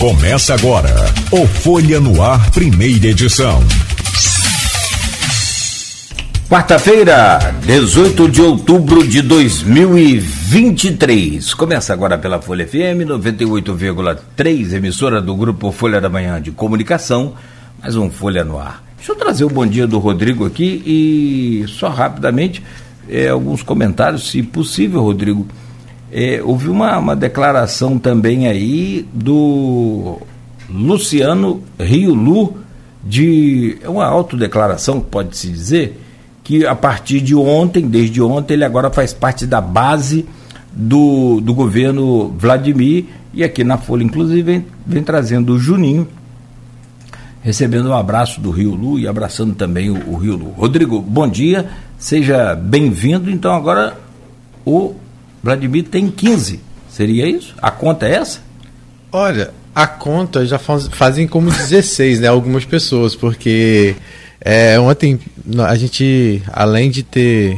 Começa agora o Folha no Ar, primeira edição. Quarta-feira, 18 de outubro de 2023. Começa agora pela Folha FM 98,3, emissora do Grupo Folha da Manhã de Comunicação, mais um Folha no Ar. Deixa eu trazer o bom dia do Rodrigo aqui e só rapidamente alguns comentários, se possível, Rodrigo. Houve uma declaração também aí do Luciano Riulu, é uma autodeclaração, pode-se dizer, que a partir de ontem, desde ontem, ele agora faz parte da base do governo Vladimir, e aqui na Folha, inclusive, vem trazendo o Juninho, recebendo um abraço do Riulu e abraçando também o Riulu. Rodrigo, bom dia, seja bem-vindo. Então agora o Vladimir tem 15, seria isso? A conta é essa? Olha, a conta já fazem como 16, né? Algumas pessoas, porque ontem a gente, além de ter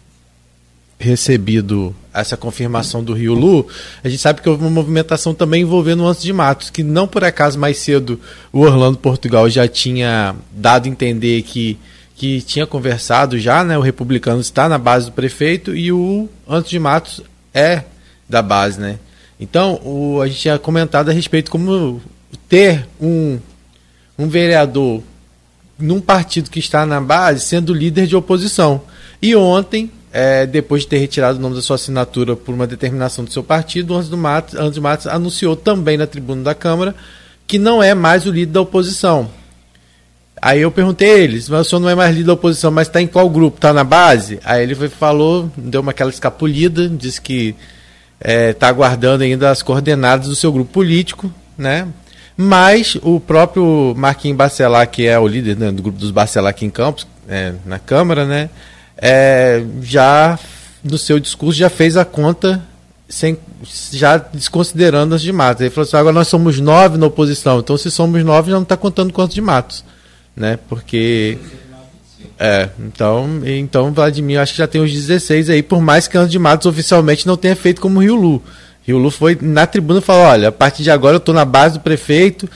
recebido essa confirmação do Riulu, a gente sabe que houve uma movimentação também envolvendo o Âncio de Matos, que não por acaso mais cedo o Orlando Portugal já tinha dado a entender que tinha conversado já, né? O republicano está na base do prefeito e o Âncio de Matos é da base, né? Então, a gente tinha comentado a respeito como ter um vereador num partido que está na base sendo líder de oposição. E ontem, depois de ter retirado o nome da sua assinatura por uma determinação do seu partido, o Âncio de Matos anunciou também na tribuna da Câmara que não é mais o líder da oposição. Aí eu perguntei a eles, mas o senhor não é mais líder da oposição, mas está em qual grupo? Está na base? Aí ele falou, deu aquela escapulida, disse que está aguardando ainda as coordenadas do seu grupo político, né? Mas o próprio Marquinhos Bacelar, que é o líder, né, do grupo dos Bacelar aqui em Campos, na Câmara, né? Já no seu discurso já fez a conta já desconsiderando as de Matos. Ele falou assim, agora nós somos 9 na oposição, então se somos 9 já não está contando quantos de Matos, né? Porque então Vladimir acho que já tem os 16 aí, por mais que Âncio de Matos oficialmente não tenha feito como o Riulu. Riulu foi na tribuna e falou, olha, a partir de agora eu estou na base do prefeito,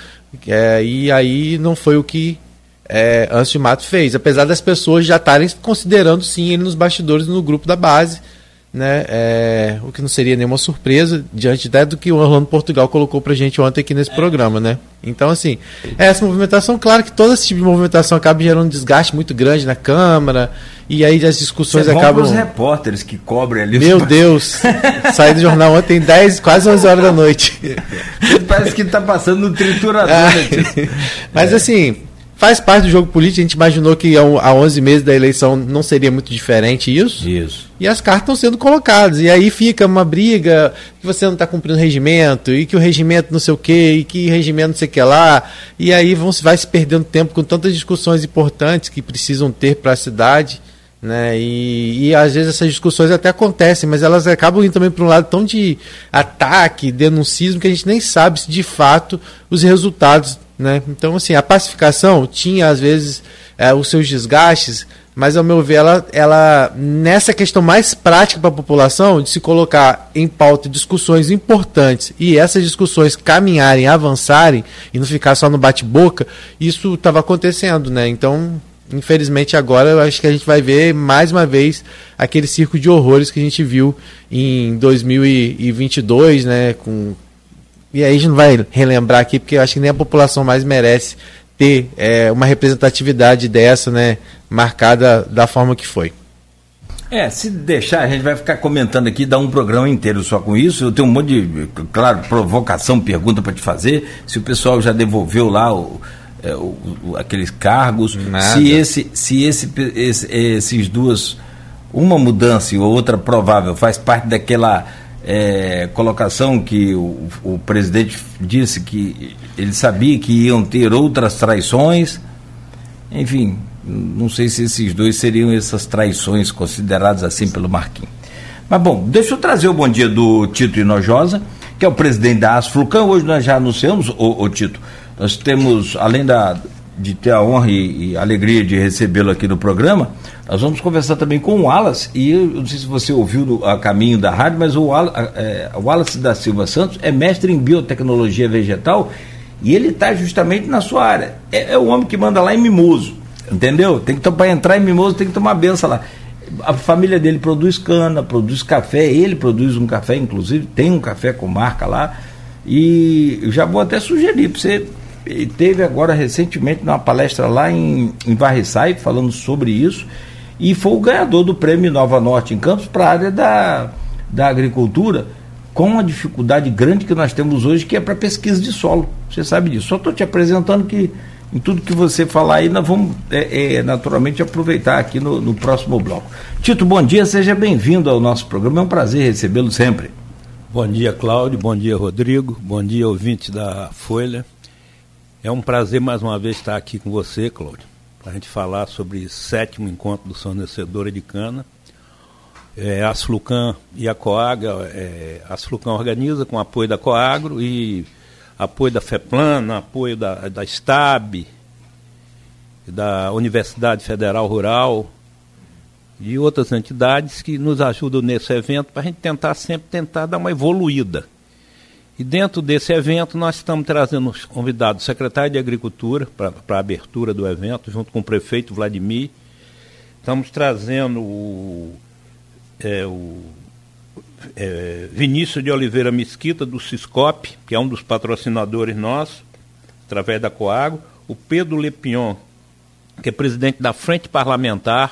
e aí não foi o que Âncio de Matos fez, apesar das pessoas já estarem considerando sim ele nos bastidores no grupo da base, né? O que não seria nenhuma surpresa diante do que o Orlando Portugal colocou pra gente ontem aqui nesse programa, né? Então, assim, essa movimentação, claro que todo esse tipo de movimentação acaba gerando um desgaste muito grande na Câmara, e aí as discussões acabam... os repórteres que cobrem ali... Meu Deus! Saí do jornal ontem quase 11 horas da noite. Parece que tá passando no triturador. Mas assim... Faz parte do jogo político, a gente imaginou que há 11 meses da eleição não seria muito diferente isso. E as cartas estão sendo colocadas. E aí fica uma briga que você não está cumprindo o regimento, e que o regimento não sei o quê, e que o regimento não sei o que lá. E aí vai se perdendo tempo com tantas discussões importantes que precisam ter para a cidade, né? E às vezes essas discussões até acontecem, mas elas acabam indo também para um lado tão de ataque, denuncismo, que a gente nem sabe se de fato os resultados, né? Então, assim, a pacificação tinha, às vezes, os seus desgastes, mas, ao meu ver, ela nessa questão mais prática para a população, de se colocar em pauta discussões importantes e essas discussões caminharem, avançarem e não ficar só no bate-boca, isso estava acontecendo, né? Então, infelizmente, agora eu acho que a gente vai ver, mais uma vez, aquele circo de horrores que a gente viu em 2022, né? E aí a gente não vai relembrar aqui, porque eu acho que nem a população mais merece ter uma representatividade dessa, né, marcada da forma que foi. Se deixar, a gente vai ficar comentando aqui, dar um programa inteiro só com isso. Eu tenho um monte de, claro, provocação, pergunta para te fazer, se o pessoal já devolveu lá aqueles cargos, se esses duas, uma mudança e outra provável, faz parte daquela... colocação que o presidente disse que ele sabia que iam ter outras traições, enfim, não sei se esses dois seriam essas traições consideradas assim pelo Marquinhos. Mas bom, deixa eu trazer o bom dia do Tito Hinojosa, que é o presidente da Asflucan. Hoje nós já anunciamos, Tito, nós temos, além de ter a honra e a alegria de recebê-lo aqui no programa, nós vamos conversar também com o Wallace, e eu não sei se você ouviu a caminho da rádio, mas o Wallace da Silva Santos é mestre em biotecnologia vegetal E ele está justamente na sua área. É o homem que manda lá em Mimoso, entendeu? Para entrar em Mimoso tem que tomar benção lá. A família dele produz cana, produz café, ele produz um café, inclusive, tem um café com marca lá. E eu já vou até sugerir para você. Ele teve agora recentemente uma palestra lá em Varriçai, falando sobre isso, e foi o ganhador do prêmio Nova Norte em Campos para a área da agricultura, com uma dificuldade grande que nós temos hoje, que é para pesquisa de solo. Você sabe disso. Só estou te apresentando que em tudo que você falar aí, nós vamos naturalmente aproveitar aqui no próximo bloco. Tito, bom dia, seja bem-vindo ao nosso programa, é um prazer recebê-lo sempre. Bom dia, Cláudio, bom dia, Rodrigo, bom dia, ouvinte da Folha. É um prazer mais uma vez estar aqui com você, Cláudio, para a gente falar sobre o 7º encontro dos fornecedores de cana. A Asflucan e a Coagro, a Asflucan organiza com apoio da Coagro e apoio da FEPLAN, apoio da STAB, da Universidade Federal Rural e outras entidades que nos ajudam nesse evento para a gente sempre dar uma evoluída. E dentro desse evento nós estamos trazendo os convidados, o secretário de Agricultura para a abertura do evento, junto com o prefeito Vladimir. Estamos trazendo o Vinícius de Oliveira Mesquita, do Siscop, que é um dos patrocinadores nossos, através da Coagro, o Pedro Lepion, que é presidente da Frente Parlamentar.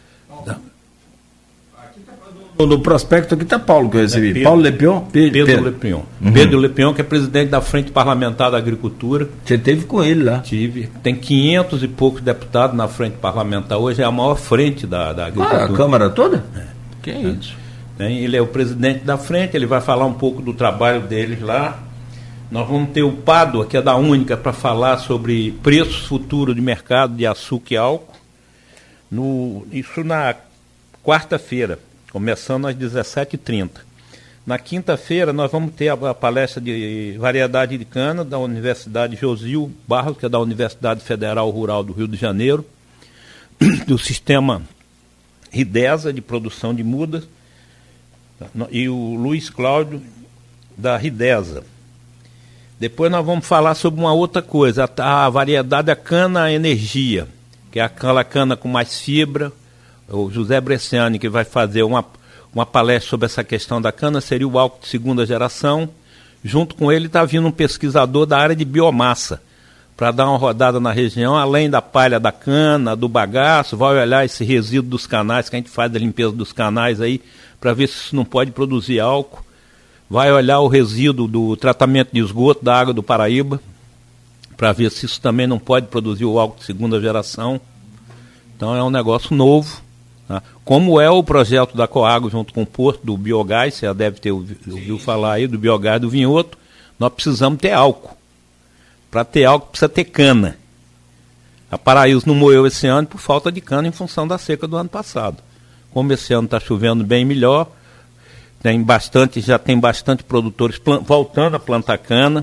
No prospecto aqui está Paulo, que eu recebi. Pedro, Paulo Lepion? Pedro Lepion. Uhum. Pedro Lepion, que é presidente da Frente Parlamentar da Agricultura. Você esteve com ele lá? Tive. Tem 500 e poucos deputados na Frente Parlamentar. Hoje é a maior frente da Agricultura. A Câmara toda? Que é isso. Ele é o presidente da frente, ele vai falar um pouco do trabalho deles lá. Nós vamos ter o Pádua, que é da Única, para falar sobre preços futuros de mercado de açúcar e álcool. Isso na quarta-feira, começando às 17h30. Na quinta-feira nós vamos ter a palestra de variedade de cana da Universidade Josil Barros, que é da Universidade Federal Rural do Rio de Janeiro, do sistema Ridesa de produção de mudas, e o Luiz Cláudio da Ridesa. Depois nós vamos falar sobre uma outra coisa, a variedade da cana energia, que é aquela cana com mais fibra. O José Bresciani, que vai fazer uma palestra sobre essa questão da cana, seria o álcool de segunda geração. Junto com ele está vindo um pesquisador da área de biomassa, para dar uma rodada na região, além da palha da cana, do bagaço, vai olhar esse resíduo dos canais, que a gente faz a limpeza dos canais aí, para ver se isso não pode produzir álcool. Vai olhar o resíduo do tratamento de esgoto da água do Paraíba, para ver se isso também não pode produzir o álcool de segunda geração. Então é um negócio novo. Tá? Como é o projeto da Coagro junto com o Porto do Biogás, você já deve ter ouvido falar aí do Biogás do Vinhoto, nós precisamos ter álcool. Para ter álcool precisa ter cana. A Paraíso não moeu esse ano por falta de cana em função da seca do ano passado. Como esse ano está chovendo bem melhor, já tem bastante produtores voltando a plantar cana.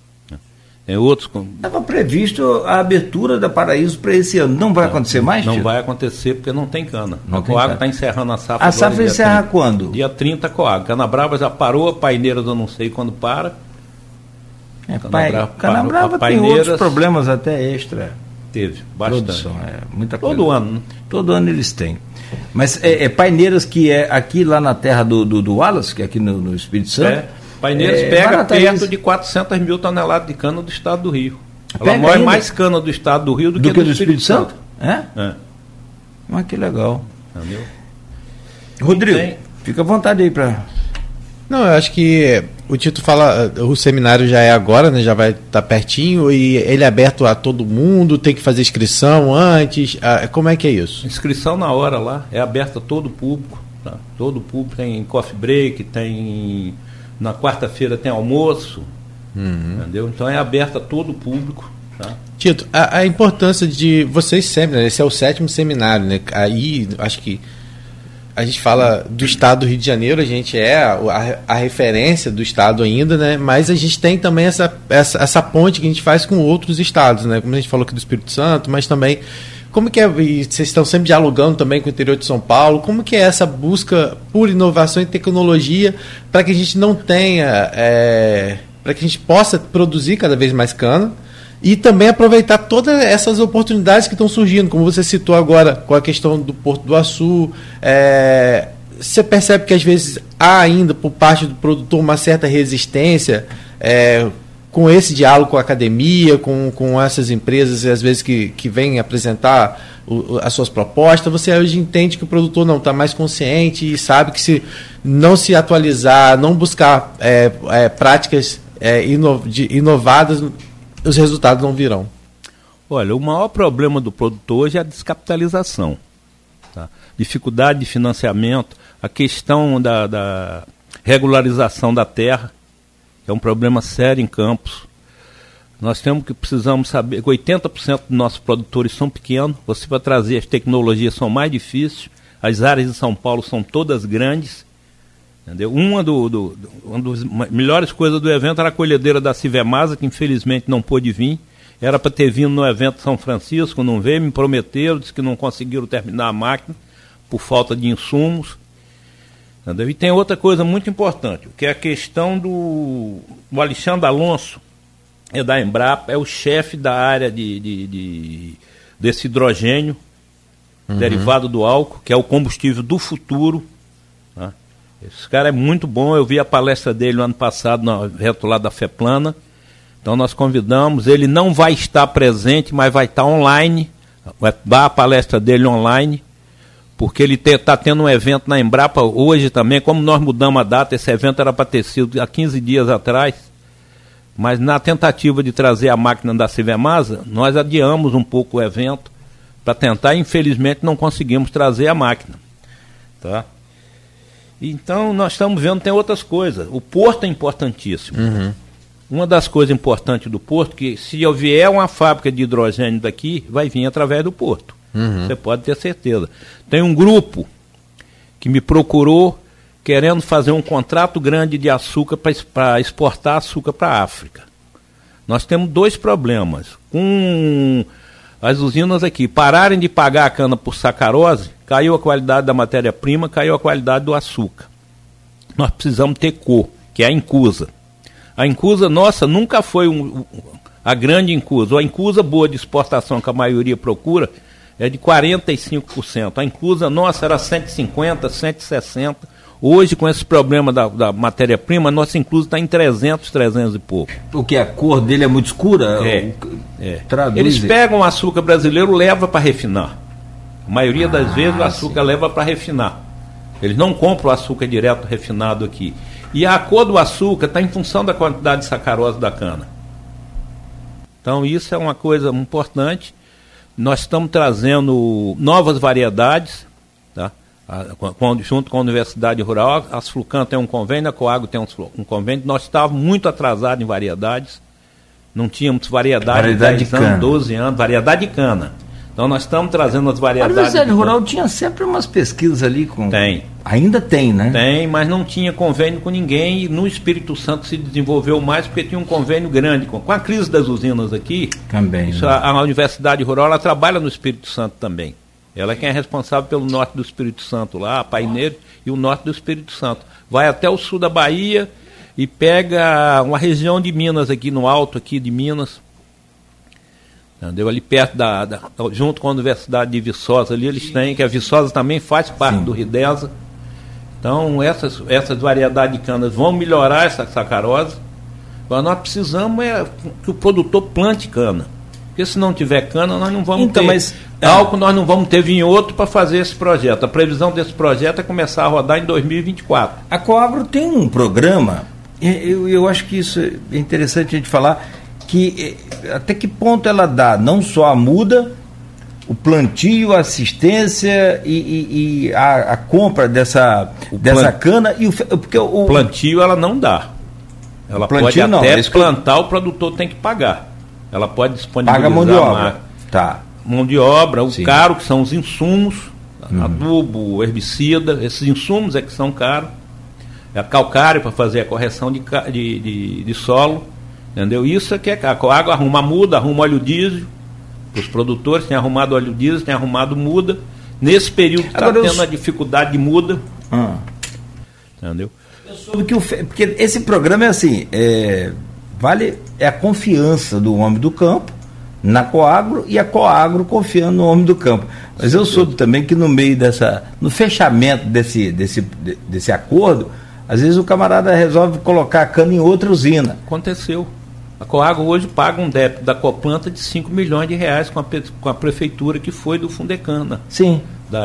Estava previsto a abertura da Paraíso para esse ano. Não vai acontecer mais? Não vai acontecer porque não tem cana. A Coagro está encerrando a safra. A safra encerra quando? Dia 30, Coagro. Canabrava já parou, a Paineiras eu não sei quando para. Canabrava tem outros problemas até extra. Teve, bastante. Produção, muita Todo coisa. ano. Né? Todo ano eles têm. Mas Paineiras, que é aqui lá na terra do Wallace, que é aqui no Espírito Santo. Paineiras pega perto de 400 mil toneladas de cana do estado do Rio. Ela moe mais cana do estado do Rio do que do Espírito Santo. É? Mas que legal. Entendeu? Rodrigo, fica à vontade aí para... Não, eu acho que o Tito fala, o seminário já é agora, né? Já vai estar pertinho e ele é aberto a todo mundo, tem que fazer inscrição antes, como é que é isso? Inscrição na hora lá, é aberta a todo o público, tá? Todo o público, tem coffee break, na quarta-feira tem almoço, entendeu? Então é aberta a todo o público, tá? Tito, a importância de vocês sempre, né? Esse é o 7º seminário, né? Aí, acho que a gente fala do estado do Rio de Janeiro, a gente é a referência do estado ainda, né? Mas a gente tem também essa ponte que a gente faz com outros estados, né? Como a gente falou aqui do Espírito Santo, mas também como que é, e vocês estão sempre dialogando também com o interior de São Paulo, como que é essa busca por inovação e tecnologia para que a gente não tenha para que a gente possa produzir cada vez mais cana e também aproveitar todas essas oportunidades que estão surgindo, como você citou agora com a questão do Porto do Açu. Você percebe que às vezes há ainda por parte do produtor uma certa resistência com esse diálogo com a academia, com essas empresas, às vezes que vêm apresentar as suas propostas. Você hoje entende que o produtor não está mais consciente e sabe que se não se atualizar, não buscar práticas inovadas, os resultados não virão. Olha, o maior problema do produtor hoje é a descapitalização. Tá? Dificuldade de financiamento, a questão da regularização da terra, que é um problema sério em Campos. Nós precisamos saber que 80% dos nossos produtores são pequenos, você para trazer as tecnologias são mais difíceis, as áreas de São Paulo são todas grandes, entendeu? Uma das melhores coisas do evento era a colhedeira da Civemasa, que infelizmente não pôde vir, era para ter vindo no evento de São Francisco, não veio, me prometeram, disse que não conseguiram terminar a máquina por falta de insumos. Entendeu? E tem outra coisa muito importante, que é a questão do Alexandre Alonso, da Embrapa, é o chefe da área desse hidrogênio derivado do álcool, que é o combustível do futuro. Tá? Esse cara é muito bom, eu vi a palestra dele no ano passado no evento lá da FEPLANA. Então nós convidamos, ele não vai estar presente, mas vai estar online, vai dar a palestra dele online, porque ele está tendo um evento na Embrapa hoje também. Como nós mudamos a data, esse evento era para ter sido há 15 dias atrás, mas na tentativa de trazer a máquina da Civemasa, nós adiamos um pouco o evento para tentar, infelizmente não conseguimos trazer a máquina. Tá? Então nós estamos vendo, tem outras coisas. O porto é importantíssimo. Uma das coisas importantes do porto, que se vier uma fábrica de hidrogênio daqui, vai vir através do porto. Você pode ter certeza. Tem um grupo que me procurou querendo fazer um contrato grande de açúcar para exportar açúcar para a África. Nós temos dois problemas. Com as usinas aqui pararem de pagar a cana por sacarose, caiu a qualidade da matéria-prima, caiu a qualidade do açúcar. Nós precisamos ter que é a Incusa. A Incusa nossa nunca foi a grande Incusa. A Incusa boa de exportação que a maioria procura é de 45%. A Incusa nossa era 150%, 160%. Hoje, com esse problema da matéria-prima, a nossa Incusa está em 300 e pouco. Porque a cor dele é muito escura? Eles pegam o açúcar brasileiro e levam para refinar. A maioria das vezes o açúcar leva para refinar. Eles não compram o açúcar direto refinado aqui. E a cor do açúcar está em função da quantidade de sacarose da cana. Então isso é uma coisa importante. Nós estamos trazendo novas variedades, tá? Junto com a Universidade Rural. A Asflucan tem um convênio, a Coagro tem um convênio. Nós estávamos muito atrasados em variedades. Não tínhamos variedade de 10 anos, 12 anos, variedade de cana. Então nós estamos trazendo as variedades. A Universidade Rural tinha sempre umas pesquisas ali com... Tem. Ainda tem, né? Tem, mas não tinha convênio com ninguém, e no Espírito Santo se desenvolveu mais porque tinha um convênio grande. Com a crise das usinas aqui, também, isso, né? a Universidade Rural ela trabalha no Espírito Santo também. Ela é quem é responsável pelo norte do Espírito Santo lá, Paineiro, e o norte do Espírito Santo. Vai até o sul da Bahia e pega uma região de Minas aqui, no alto aqui de Minas. Entendeu? Ali perto junto com a Universidade de Viçosa ali, eles têm, que a Viçosa também faz parte do Ridesa. Então essas variedades de canas vão melhorar essa sacarose. Agora nós precisamos que o produtor plante cana. Porque se não tiver cana, nós não vamos ter álcool, nós não vamos ter vinhoto para fazer esse projeto. A previsão desse projeto é começar a rodar em 2024. A Coagro tem um programa, eu acho que isso é interessante a gente falar, que até que ponto ela dá não só a muda, o plantio, a assistência e a compra dessa cana. Porque o plantio ela não dá. Ela pode até plantar, o produtor tem que pagar. Ela pode disponibilizar. Paga mão de obra. Tá. Mão de obra, o caro, que são os insumos, adubo, herbicida, esses insumos é que são caros. É calcário para fazer a correção de solo. Entendeu? Isso é que é caro. A água arruma muda, arruma óleo diesel. Os produtores têm arrumado óleo diesel, têm arrumado muda. Nesse período está tendo a dificuldade de muda. Entendeu? Eu soube que porque esse programa é assim, vale a confiança do homem do campo na Coagro e a Coagro confiando no homem do campo. Mas eu soube também que no meio no fechamento desse acordo, às vezes o camarada resolve colocar a cana em outra usina. Aconteceu. A Coagro hoje paga um débito da Coplanta de 5 milhões de reais com a prefeitura que foi do Fundecana. Sim.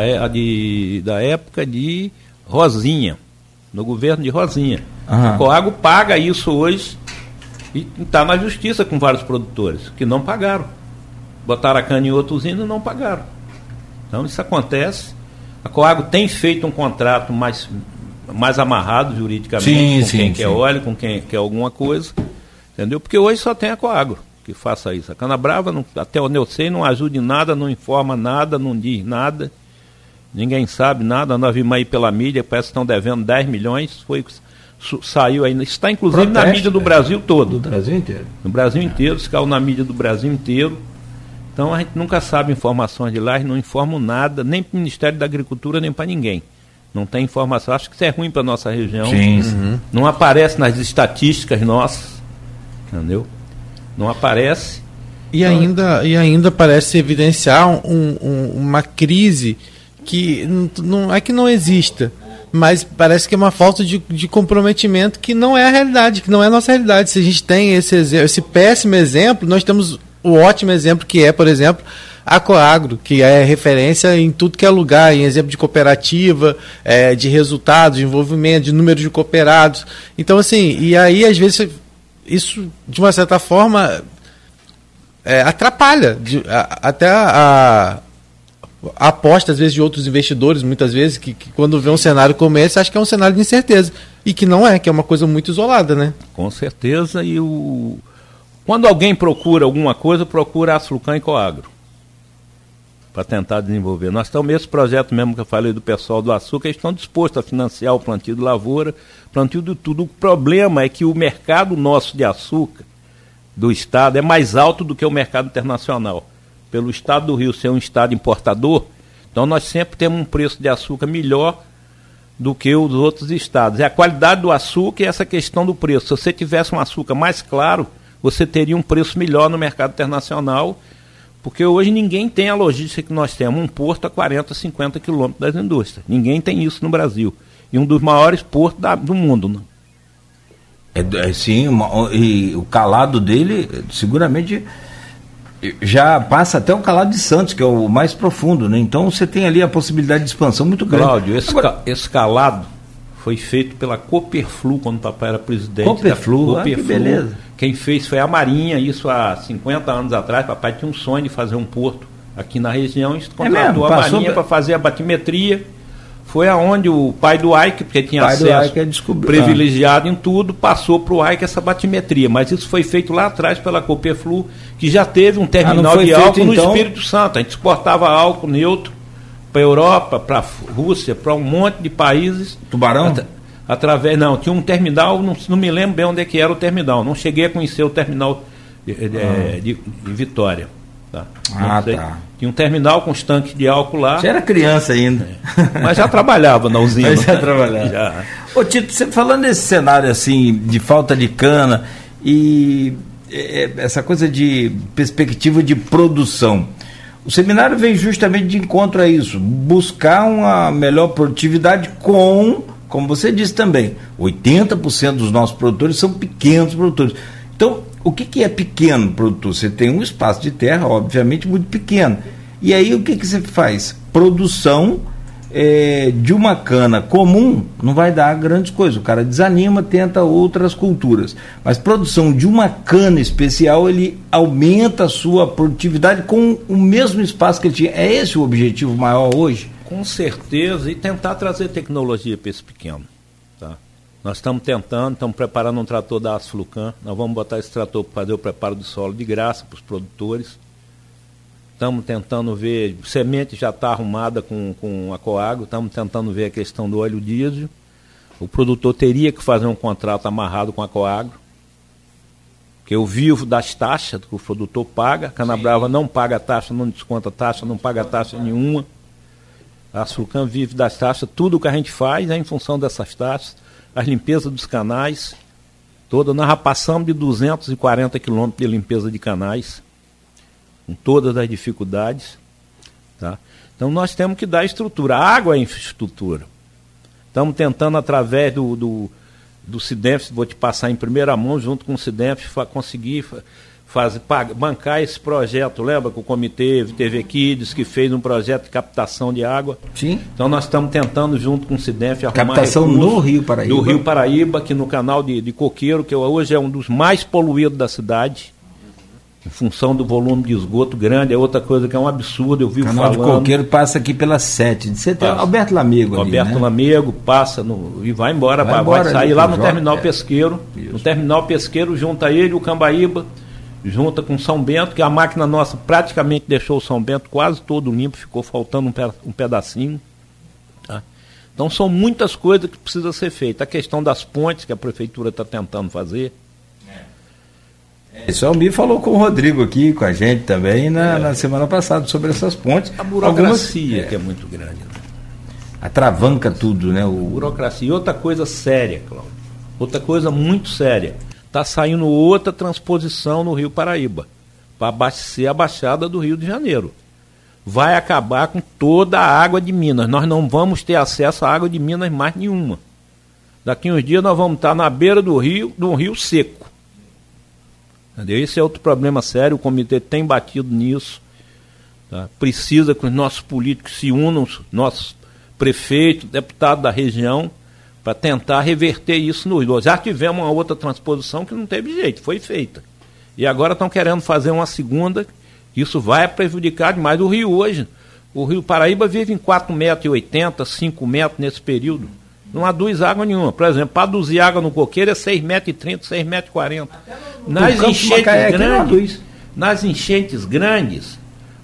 Da época de Rosinha, no governo de Rosinha. Uhum. A Coagro paga isso hoje e está na justiça com vários produtores que não pagaram. Botaram a cana em outra usina e não pagaram. Então isso acontece. A Coagro tem feito um contrato mais amarrado juridicamente com quem quer óleo, com quem quer alguma coisa. Entendeu? Porque hoje só tem a Coagro que faça isso. A Canabrava, até onde eu sei, não ajuda em nada, não informa nada, não diz nada. Ninguém sabe nada. Nós vimos aí pela mídia, parece que estão devendo 10 milhões. Saiu aí. Está inclusive na mídia do Brasil todo. Do Brasil inteiro. No Brasil inteiro, isso caiu na mídia do Brasil inteiro. Então a gente nunca sabe informações de lá, eles não informam nada, nem para o Ministério da Agricultura, nem para ninguém. Não tem informação. Acho que isso é ruim para a nossa região. Sim. Não aparece nas estatísticas nossas. Entendeu? Não aparece. E ainda parece evidenciar uma crise que não é que não exista, mas parece que é uma falta de comprometimento que não é a realidade, que não é a nossa realidade. Se a gente tem esse péssimo exemplo, nós temos o ótimo exemplo que é, por exemplo, a Coagro, que é referência em tudo que é lugar, em exemplo de cooperativa, de resultados, de envolvimento, de número de cooperados. Então, assim, e aí às vezes isso, de uma certa forma, atrapalha até a aposta, às vezes, de outros investidores, muitas vezes, que quando vê um cenário como esse, acha que é um cenário de incerteza. E que não é, que é uma coisa muito isolada, né? Com certeza. E quando alguém procura alguma coisa, procura a Asflucan e Coagro para tentar desenvolver. Nós estamos nesse projeto mesmo que eu falei do pessoal do açúcar, eles estão dispostos a financiar o plantio de lavoura, plantio de tudo. O problema é que o mercado nosso de açúcar do estado é mais alto do que o mercado internacional. Pelo estado do Rio ser um estado importador, então nós sempre temos um preço de açúcar melhor do que os outros estados. É a qualidade do açúcar e essa questão do preço. Se você tivesse um açúcar mais claro, você teria um preço melhor no mercado internacional, porque hoje ninguém tem a logística que nós temos, um porto a 40, 50 quilômetros das indústrias. Ninguém tem isso no Brasil. E um dos maiores portos do mundo. Né? Sim, e o calado dele seguramente já passa até o calado de Santos, que é o mais profundo, né? Então você tem ali a possibilidade de expansão muito grande. Cláudio, esse calado foi feito pela Cooperflu quando o papai era presidente. Cooperflu, que beleza. Quem fez foi a Marinha, isso há 50 anos atrás. Papai tinha um sonho de fazer um porto aqui na região, e contratou a Marinha para fazer a batimetria. Foi aonde o pai do Ike, porque tinha acesso privilegiado em tudo, passou para o Ike essa batimetria. Mas isso foi feito lá atrás pela Cooperflu, que já teve um terminal de álcool no Espírito Santo. A gente exportava álcool neutro para a Europa, para a Rússia, para um monte de países. Tubarão? Tinha um terminal, não me lembro bem onde é que era o terminal. Não cheguei a conhecer o terminal de Vitória. Tá? Tá. Tinha um terminal com os tanques de álcool lá. Você era criança ainda. Mas já trabalhava na usina. Mas já trabalhava. Já. Ô Tito, você falando desse cenário assim, de falta de cana e essa coisa de perspectiva de produção, o seminário vem justamente de encontro a isso, buscar uma melhor produtividade como você disse também, 80% dos nossos produtores são pequenos produtores. Então, o que é pequeno produtor? Você tem um espaço de terra, obviamente, muito pequeno. E aí, o que você faz? Produção de uma cana comum não vai dar grandes coisas. O cara desanima, tenta outras culturas. Mas produção de uma cana especial, ele aumenta a sua produtividade com o mesmo espaço que ele tinha. É esse o objetivo maior hoje? Com certeza, e tentar trazer tecnologia para esse pequeno. Tá? Nós estamos preparando um trator da Asflucan. Nós vamos botar esse trator para fazer o preparo do solo de graça para os produtores. Estamos tentando ver, semente já está arrumada com a Coagro, estamos tentando ver a questão do óleo diesel. O produtor teria que fazer um contrato amarrado com a Coagro, porque eu vivo das taxas que o produtor paga. A Canabrava não paga taxa, não desconta taxa, não paga taxa nenhuma. A Asflucan vive das taxas, tudo que a gente faz é em função dessas taxas, as limpezas dos canais, toda. Nós já passamos de 240 quilômetros de limpeza de canais, com todas as dificuldades. Tá? Então nós temos que dar estrutura. A água é infraestrutura. Estamos tentando, através do SIDENF, vou te passar em primeira mão, junto com o SIDENF, conseguir bancar esse projeto. Lembra que o comitê TV Kids, que fez um projeto de captação de água? Sim. Então nós estamos tentando, junto com o SIDENF, arrumar captação no Rio Paraíba. Do Rio Paraíba, aqui no canal de Coqueiro, que hoje é um dos mais poluídos da cidade, em função do volume de esgoto grande. É outra coisa que é um absurdo, eu vivo falando. O canal de Coqueiro passa aqui pela 7 de setembro. Alberto Lamego ali, Alberto Lamego passa e vai embora, vai sair lá no terminal pesqueiro. Isso. No terminal pesqueiro junta ele, o Cambaíba, junta com São Bento, que a máquina nossa praticamente deixou o São Bento quase todo limpo, ficou faltando um pedacinho. Tá? Então são muitas coisas que precisam ser feitas. A questão das pontes que a prefeitura está tentando fazer. Isso, o Almir falou com o Rodrigo aqui, com a gente também, na semana passada, sobre essas pontes. A burocracia que é muito grande. Né? Atravanca tudo, né? Burocracia. E outra coisa séria, Cláudio. Outra coisa muito séria. Está saindo outra transposição no Rio Paraíba, para abastecer a Baixada do Rio de Janeiro. Vai acabar com toda a água de Minas. Nós não vamos ter acesso à água de Minas mais nenhuma. Daqui uns dias nós vamos estar na beira do rio seco. Entendeu? Esse é outro problema sério, o comitê tem batido nisso. Tá? Precisa que os nossos políticos se unam, os nossos prefeitos, deputados da região, para tentar reverter isso no Rio. Já tivemos uma outra transposição que não teve jeito, foi feita. E agora estão querendo fazer uma segunda, isso vai prejudicar demais o Rio hoje. O Rio Paraíba vive em 4,80 metros, 5 metros nesse período. Não aduz água nenhuma. Por exemplo, para aduzir água no Coqueiro é 6,30 metros, 6,40 metros. Nas enchentes grandes,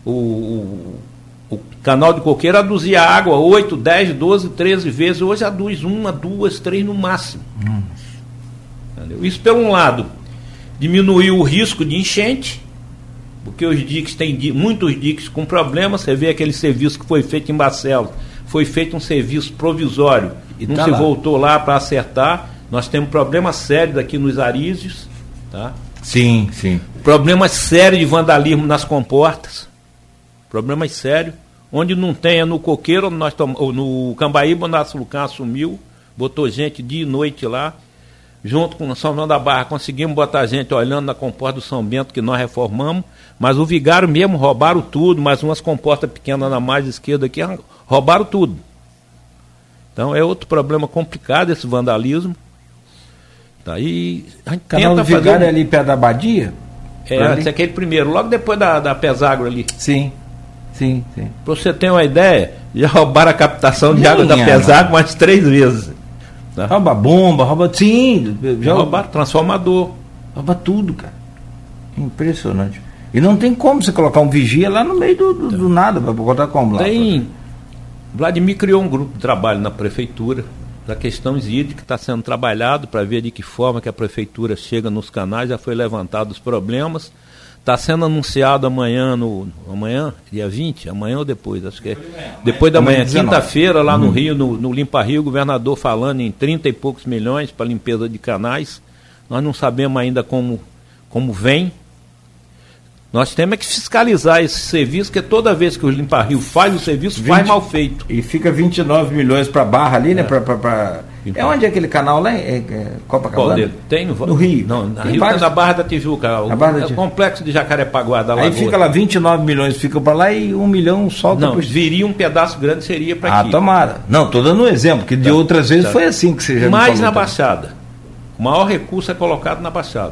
o canal de Coqueiro aduzia água 8, 10, 12, 13 vezes. Hoje aduz 1, 2, 3 no máximo. Entendeu? Isso, por um lado, diminuiu o risco de enchente, porque os diques têm muitos diques com problema. Você vê aquele serviço que foi feito em Barcelos, foi feito um serviço provisório, e não se voltou lá para acertar. Nós temos problemas sérios aqui nos Arízios, tá? Sim, sim. Problemas sérios de vandalismo nas comportas, problemas sérios. Onde não tem é no Coqueiro, ou no Cambaíba, onde a Açulucã assumiu, botou gente dia e noite lá, junto com o São João da Barra, conseguimos botar gente olhando na comporta do São Bento, que nós reformamos, mas o Vigário mesmo roubaram tudo, mais umas comportas pequenas na margem esquerda aqui, roubaram tudo. Então é outro problema complicado esse vandalismo. Tá, e a gente canal do Vigário é ali perto da Abadia? Esse é aquele primeiro, logo depois da Peságua ali. Sim. Sim. Para você ter uma ideia, já roubaram a captação de água da Peságua mais 3 vezes. Tá? Rouba bomba, rouba. Sim, já roubaram transformador. Rouba tudo, cara. Impressionante. E não tem como você colocar um vigia lá no meio do nada, para botar como lá. Vladimir criou um grupo de trabalho na prefeitura da questões hídricas, que está sendo trabalhado para ver de que forma que a prefeitura chega nos canais. Já foi levantado os problemas. Está sendo anunciado amanhã, dia 20, amanhã ou depois, acho que é depois da manhã, quinta-feira, lá no Rio, no Limpa Rio, o governador falando em 30 e poucos milhões para limpeza de canais. Nós não sabemos ainda como vem. Nós temos que fiscalizar esse serviço, porque toda vez que o Limpa Rio faz o serviço, faz mal feito. E fica 29 milhões para Barra ali, né? É onde é aquele canal lá? Copacabana? Tem no Rio. Não, na Rio tem na Barra da Tijuca, o complexo de Jacarepaguá da Lagoa. Aí fica lá 29 milhões, fica para lá e 1 milhão solta. Não, viria um pedaço grande, seria para aqui. Tomara. Não, estou dando um exemplo, que de outras vezes foi assim que você já mais falou, na Baixada. O maior recurso é colocado na Baixada.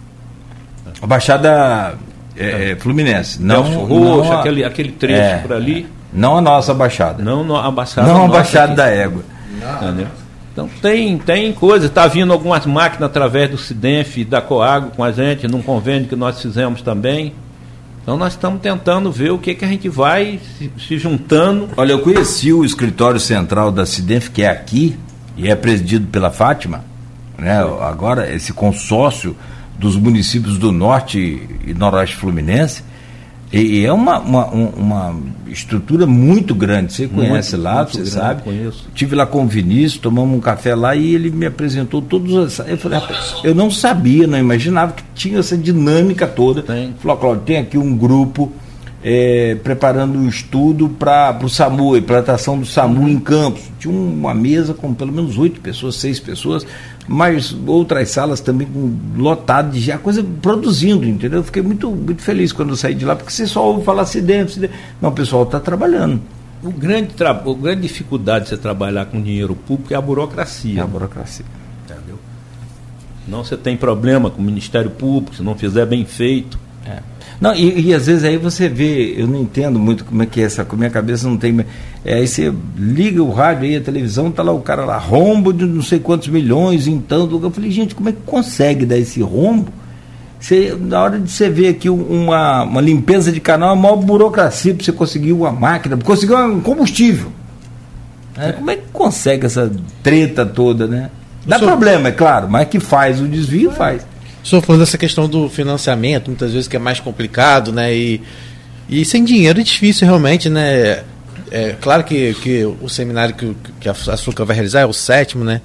A Baixada Fluminense. Não Roxo, aquele trecho por ali. Não a nossa Baixada. Não a Baixada. Não a Baixada da Égua. Entendeu? Então tem coisa, está vindo algumas máquinas através do SIDENF e da Coagro com a gente, num convênio que nós fizemos também. Então nós estamos tentando ver o que a gente vai se juntando. Olha, eu conheci o escritório central da SIDENF, que é aqui, e é presidido pela Fátima, né? Agora esse consórcio dos municípios do Norte e Noroeste Fluminense. E é uma estrutura muito grande. Você conhece lá, muito você grande, sabe. Conheço. Tive lá com o Vinícius, tomamos um café lá e ele me apresentou todos os. Eu falei, rapaz, eu não sabia, não imaginava que tinha essa dinâmica toda. Ele falou, Cláudio, tem aqui um grupo preparando um estudo para o SAMU, a implantação do SAMU em Campos. Tinha uma mesa com pelo menos 8 pessoas, 6 pessoas, mas outras salas também lotadas de gente, a coisa produzindo, entendeu? Eu fiquei muito, muito feliz quando eu saí de lá, porque você só ouve falar acidente. Não, o pessoal está trabalhando. A grande dificuldade de você trabalhar com dinheiro público é a burocracia. É a burocracia. Entendeu? Não, você tem problema com o Ministério Público, se não fizer bem feito. Não, e às vezes aí você vê, eu não entendo muito como é que é essa, com a minha cabeça não tem. Aí você liga o rádio aí, a televisão, tá lá o cara lá, rombo de não sei quantos milhões em tanto lugar. Eu falei, gente, como é que consegue dar esse rombo? Na hora de você ver aqui uma limpeza de canal, a maior burocracia para você conseguir uma máquina, conseguir um combustível. Como é que consegue essa treta toda, né? Dá problema, é claro, mas que faz o desvio, faz. O senhor falou dessa questão do financiamento, muitas vezes que é mais complicado, né? E sem dinheiro é difícil realmente, né? É claro que o seminário que a Açúcar vai realizar, é o 7º, né?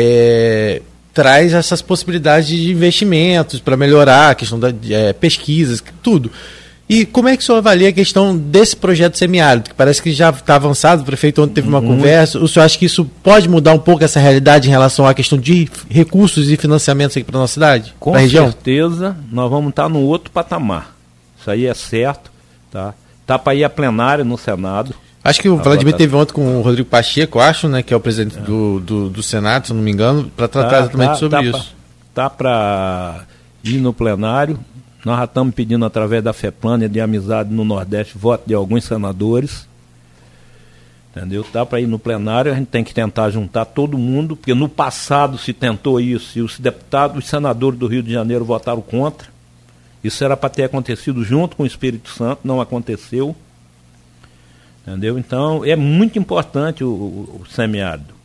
Traz essas possibilidades de investimentos para melhorar a questão da pesquisas, tudo. E como é que o senhor avalia a questão desse projeto semiárido, que parece que já está avançado, o prefeito ontem teve uma conversa, o senhor acha que isso pode mudar um pouco essa realidade em relação à questão de recursos e financiamentos aqui para a nossa cidade, para a região? Com certeza, nós vamos estar no outro patamar, isso aí é certo, tá? Está para ir a plenária no Senado. Acho que o Vladimir teve ontem com o Rodrigo Pacheco, acho, né, que é o presidente do Senado, se não me engano, para tratar exatamente sobre isso. Está para ir no plenário. Nós já estamos pedindo, através da FEPLAN de amizade no Nordeste, voto de alguns senadores. Entendeu? Dá para ir no plenário, a gente tem que tentar juntar todo mundo, porque no passado se tentou isso, e os deputados, os senadores do Rio de Janeiro votaram contra. Isso era para ter acontecido junto com o Espírito Santo, não aconteceu. Entendeu? Então, é muito importante o semiárido.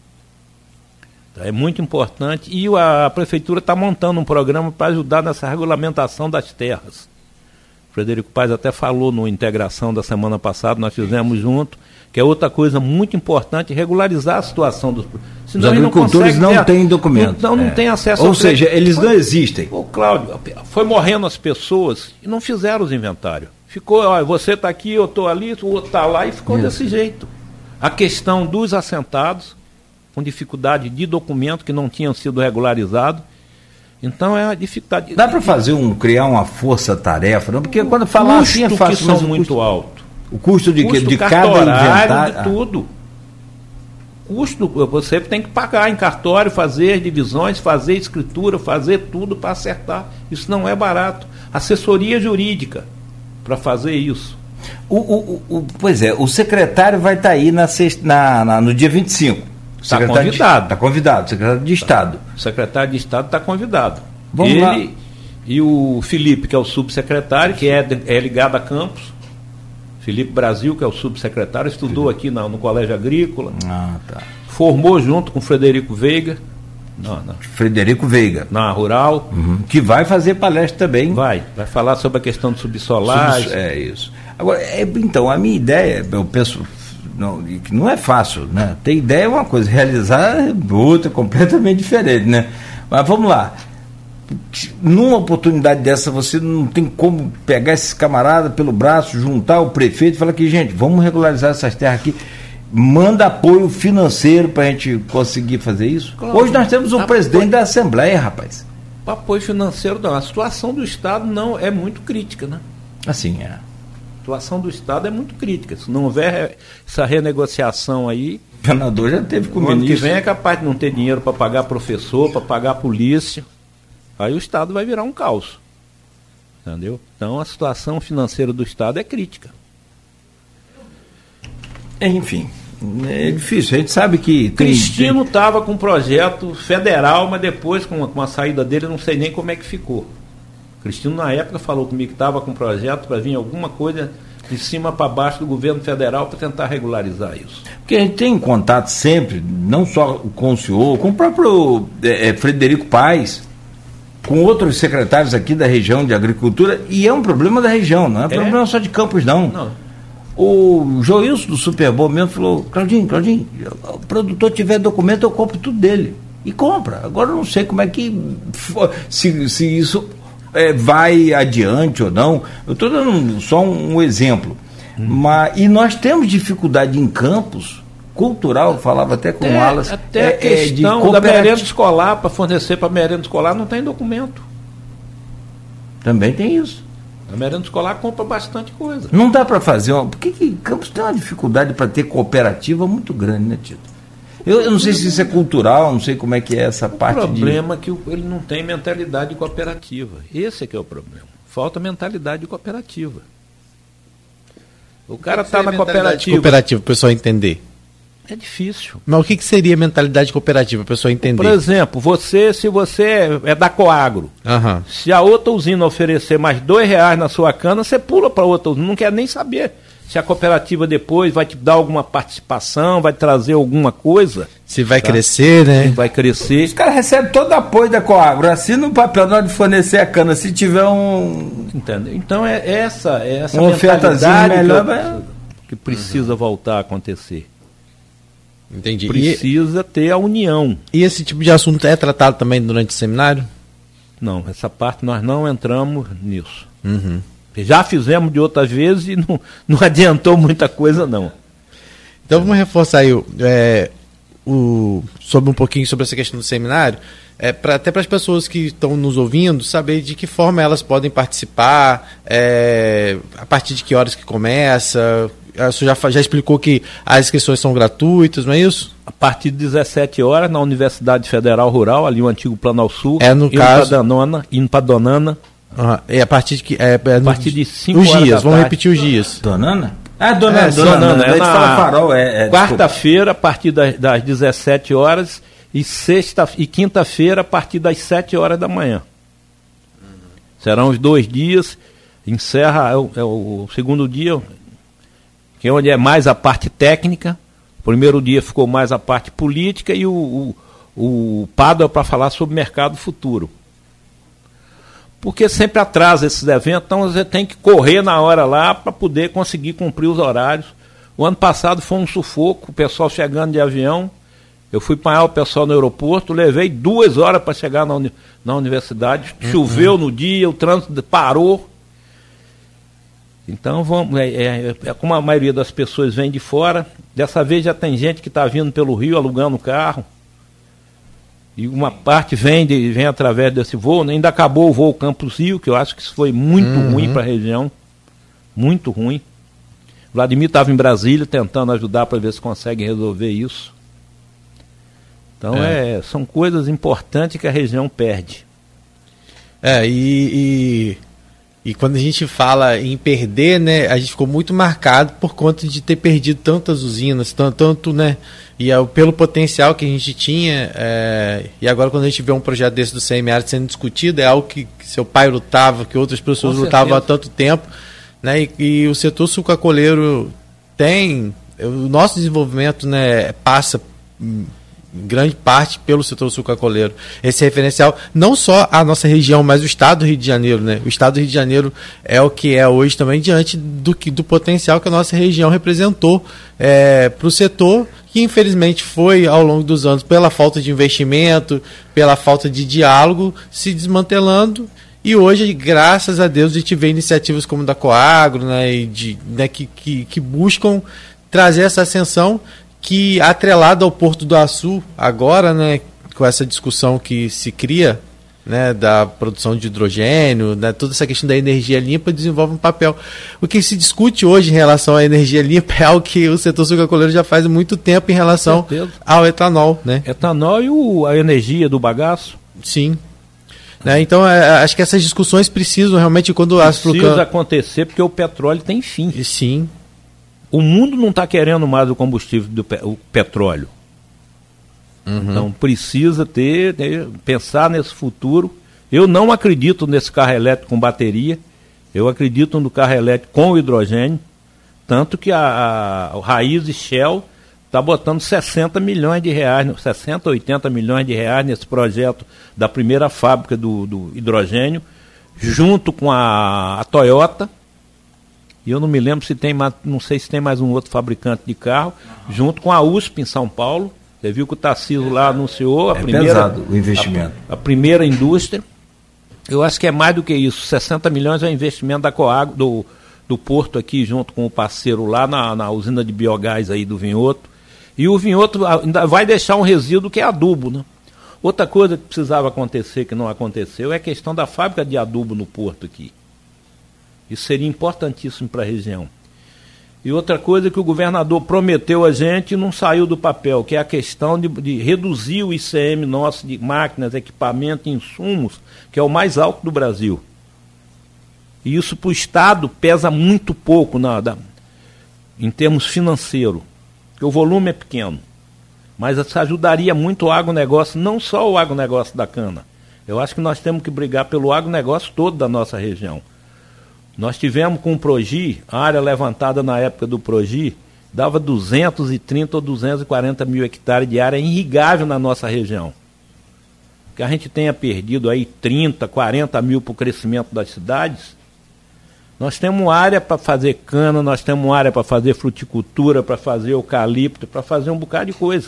É muito importante, e a Prefeitura está montando um programa para ajudar nessa regulamentação das terras. O Frederico Paes até falou no Integração da semana passada, nós fizemos junto, que é outra coisa muito importante, regularizar a situação dos... Os agricultores não têm documento. Então não tem acesso Ou seja, eles não existem. Ô Cláudio, foi morrendo as pessoas e não fizeram os inventários. Ficou, ó, você está aqui, eu estou ali, o outro está lá, e ficou desse jeito. A questão dos assentados, com dificuldade de documento que não tinham sido regularizados. Então é a dificuldade. Dá para criar uma força-tarefa, não? Porque quando falar assim é fácil, que são muito alto. O custo de cada inventário, de tudo. Custo, você tem que pagar em cartório, fazer divisões, fazer escritura, fazer tudo para acertar. Isso não é barato. Assessoria jurídica para fazer isso. Pois é, o secretário vai estar aí no dia 25. Está convidado. Está convidado, secretário de Estado. O secretário de Estado está convidado. Vamos lá. E o Felipe, que é o subsecretário, que é ligado a Campos. Felipe Brasil, que é o subsecretário, estudou aqui no Colégio Agrícola. Tá. Formou junto com o Frederico Veiga. Frederico Veiga. Na Rural. Que vai fazer palestra também. Vai falar sobre a questão do subsolagem. É isso. Agora, então, a minha ideia, eu penso... que não é fácil, né? Ter ideia é uma coisa, realizar é outra, completamente diferente, né? Mas vamos lá. Numa oportunidade dessa, você não tem como pegar esses camaradas pelo braço, juntar o prefeito e falar que, gente, vamos regularizar essas terras aqui. Manda apoio financeiro para a gente conseguir fazer isso. Claro. Hoje nós temos o presidente da Assembleia, rapaz. Apoio financeiro não. A situação do Estado não é muito crítica, né? Assim é. A situação do Estado é muito crítica. Se não houver essa renegociação aí... O senador já teve com o ano ministro. Que vem é capaz de não ter dinheiro para pagar professor, para pagar polícia. Aí o Estado vai virar um caos. Entendeu? Então a situação financeira do Estado é crítica. Enfim, é difícil. A gente sabe que... Cristino estava com um projeto federal, mas depois, com a saída dele, eu não sei nem como é que ficou. Cristino, na época, falou comigo que estava com um projeto para vir alguma coisa de cima para baixo do governo federal para tentar regularizar isso. Porque a gente tem contato sempre, não só com o senhor, com o próprio Frederico Paes. com outros secretários aqui da região de agricultura, e é um problema da região, não é problema só de Campos, não. O Joilson do Super Bowl mesmo falou: Claudinho, o produtor tiver documento, eu compro tudo dele. E compra. Agora eu não sei como é que, se isso vai adiante ou não. Eu estou dando só um exemplo. E nós temos dificuldade em Campos, cultural, falava até com o Wallace. Até a questão da merenda escolar, para fornecer para a merenda escolar, não tem documento. Também tem isso. A merenda escolar compra bastante coisa. Não dá para fazer. Por que Campos tem uma dificuldade para ter cooperativa muito grande, né, Tito? Eu não sei se isso é cultural, não sei como é que é essa parte. O problema é que ele não tem mentalidade cooperativa. Esse é que é o problema. Falta mentalidade cooperativa. O cara está na cooperativa. Cooperativa, para o pessoal entender. É difícil. Mas o que seria mentalidade cooperativa, para o pessoal entender? Por exemplo, se você é da Coagro, se a outra usina oferecer mais R$2 na sua cana, você pula para outra usina, não quer nem saber se a cooperativa depois vai te dar alguma participação, vai trazer alguma coisa. Se vai crescer, né? Se vai crescer. Os caras recebem todo o apoio da Coagro, assina um papel na hora de fornecer a cana, se tiver um... Entendeu? Então é essa uma mentalidade melhor, que precisa voltar a acontecer. Entendi. Precisa ter a união. E esse tipo de assunto é tratado também durante o seminário? Não, essa parte nós não entramos nisso. Já fizemos de outras vezes e não adiantou muita coisa, não. Então vamos reforçar aí sobre um pouquinho sobre essa questão do seminário, até para as pessoas que estão nos ouvindo saber de que forma elas podem participar, a partir de que horas que começa. Você já explicou que as inscrições são gratuitas, não é isso? A partir de 17 horas na Universidade Federal Rural, ali o antigo Planalto-Sul, indo para Donana. E a partir de que a partir de 5 os horas dias, da vamos tarde. repetir os dias. Donana? Donana. É na Farol, quarta-feira, a partir das 17 horas, e quinta-feira, a partir das 7 horas da manhã. Serão os 2 dias, encerra o segundo dia, que é onde é mais a parte técnica. O primeiro dia ficou mais a parte política e o Pádua para falar sobre mercado futuro. Porque sempre atrasa esses eventos, então você tem que correr na hora lá para poder conseguir cumprir os horários. O ano passado foi um sufoco, o pessoal chegando de avião. Eu fui apanhar o pessoal no aeroporto, levei 2 horas para chegar na universidade. Choveu no dia, o trânsito parou. Então, como a maioria das pessoas vem de fora, dessa vez já tem gente que está vindo pelo Rio alugando carro. E uma parte vem através desse voo, ainda acabou o voo Campos Rio, que eu acho que isso foi muito ruim para a região, muito ruim. Vladimir estava em Brasília tentando ajudar para ver se consegue resolver isso. Então são coisas importantes que a região perde. E quando a gente fala em perder, né, a gente ficou muito marcado por conta de ter perdido tantas usinas, tanto, né, e pelo potencial que a gente tinha, e agora quando a gente vê um projeto desse do CMR sendo discutido, é algo que seu pai lutava, que outras pessoas lutavam há tanto tempo, né, e o setor sucacoleiro o nosso desenvolvimento, né, passa em grande parte pelo setor sucacoleiro. Esse referencial, não só a nossa região, mas o estado do Rio de Janeiro, né? O estado do Rio de Janeiro é o que é hoje também, diante do potencial que a nossa região representou para o setor, que infelizmente foi, ao longo dos anos, pela falta de investimento, pela falta de diálogo, se desmantelando. E hoje, graças a Deus, a gente vê iniciativas como da Coagro, né, que buscam trazer essa ascensão, que, atrelado ao Porto do Açu, agora, né, com essa discussão que se cria, né, da produção de hidrogênio, né, toda essa questão da energia limpa, desenvolve um papel. O que se discute hoje em relação à energia limpa é algo que o setor sucacoleiro já faz há muito tempo em relação ao etanol. Né? Etanol e a energia do bagaço. Sim. Né, então, acho que essas discussões precisam realmente, quando precisa acontecer, porque o petróleo tem fim. Sim. O mundo não está querendo mais o combustível o petróleo. Então precisa pensar nesse futuro. Eu não acredito nesse carro elétrico com bateria. Eu acredito no carro elétrico com hidrogênio. Tanto que a Raiz e Shell está botando 60 milhões de reais, 60, 80 milhões de reais nesse projeto da primeira fábrica do hidrogênio, junto com a Toyota, e eu não me lembro se tem mais, não sei se tem mais um outro fabricante de carro, junto com a USP em São Paulo. Você viu que o Tarcísio lá anunciou a primeira, pesado o investimento. A primeira indústria. Eu acho que é mais do que isso. 60 milhões é o investimento da Coag, do Porto aqui, junto com o parceiro lá na usina de biogás aí do Vinhoto. E o Vinhoto ainda vai deixar um resíduo que é adubo, né? Outra coisa que precisava acontecer, que não aconteceu, é a questão da fábrica de adubo no Porto aqui. Isso seria importantíssimo para a região. E outra coisa que o governador prometeu a gente e não saiu do papel, que é a questão de reduzir o ICM nosso de máquinas, equipamento e insumos, que é o mais alto do Brasil. E isso para o Estado pesa muito pouco em termos financeiros, porque o volume é pequeno. Mas isso ajudaria muito o agronegócio, não só o agronegócio da cana. Eu acho que nós temos que brigar pelo agronegócio todo da nossa região. Nós tivemos com o Progi, a área levantada na época do Progi, dava 230 ou 240 mil hectares de área irrigável na nossa região. Que a gente tenha perdido aí 30, 40 mil para o crescimento das cidades. Nós temos área para fazer cana, nós temos área para fazer fruticultura, para fazer eucalipto, para fazer um bocado de coisa.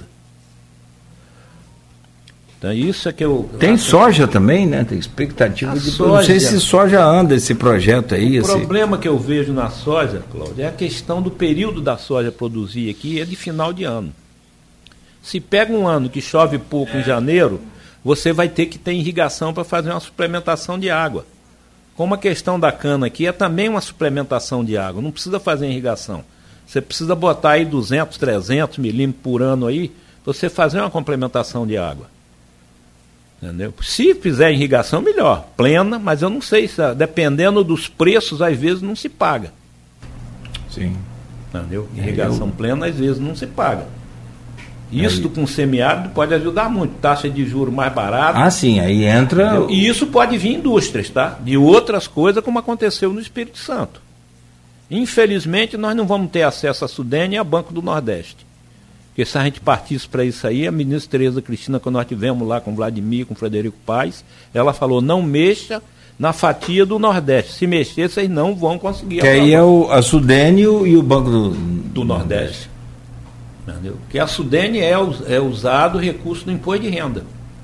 Então isso é que eu... Tem soja também, né? Tem expectativa de... Soja, não sei se soja anda esse projeto aí. O problema que eu vejo na soja, Cláudio, é a questão do período da soja produzir aqui, é de final de ano. Se pega um ano que chove pouco em janeiro, você vai ter que ter irrigação para fazer uma suplementação de água. Como a questão da cana aqui é também uma suplementação de água, não precisa fazer irrigação. Você precisa botar aí 200, 300 milímetros por ano aí, para você fazer uma complementação de água. Entendeu? Se fizer irrigação, melhor, plena, mas eu não sei, dependendo dos preços, às vezes não se paga. Sim. Entendeu? Irrigação plena, às vezes não se paga. Isso com semiárido pode ajudar muito, taxa de juros mais barata. Ah, sim, aí entra... Entendeu? E isso pode vir indústrias, tá? De outras coisas, como aconteceu no Espírito Santo. Infelizmente, nós não vamos ter acesso a Sudene e a Banco do Nordeste. Porque se a gente partisse para isso aí, a ministra Tereza Cristina, quando nós tivemos lá com o Vladimir, com o Frederico Paes, ela falou, não mexa na fatia do Nordeste. Se mexer, vocês não vão conseguir. Que aí é a Sudene e o Banco do Nordeste. Entendeu? Porque a Sudene é usado o recurso do imposto de renda.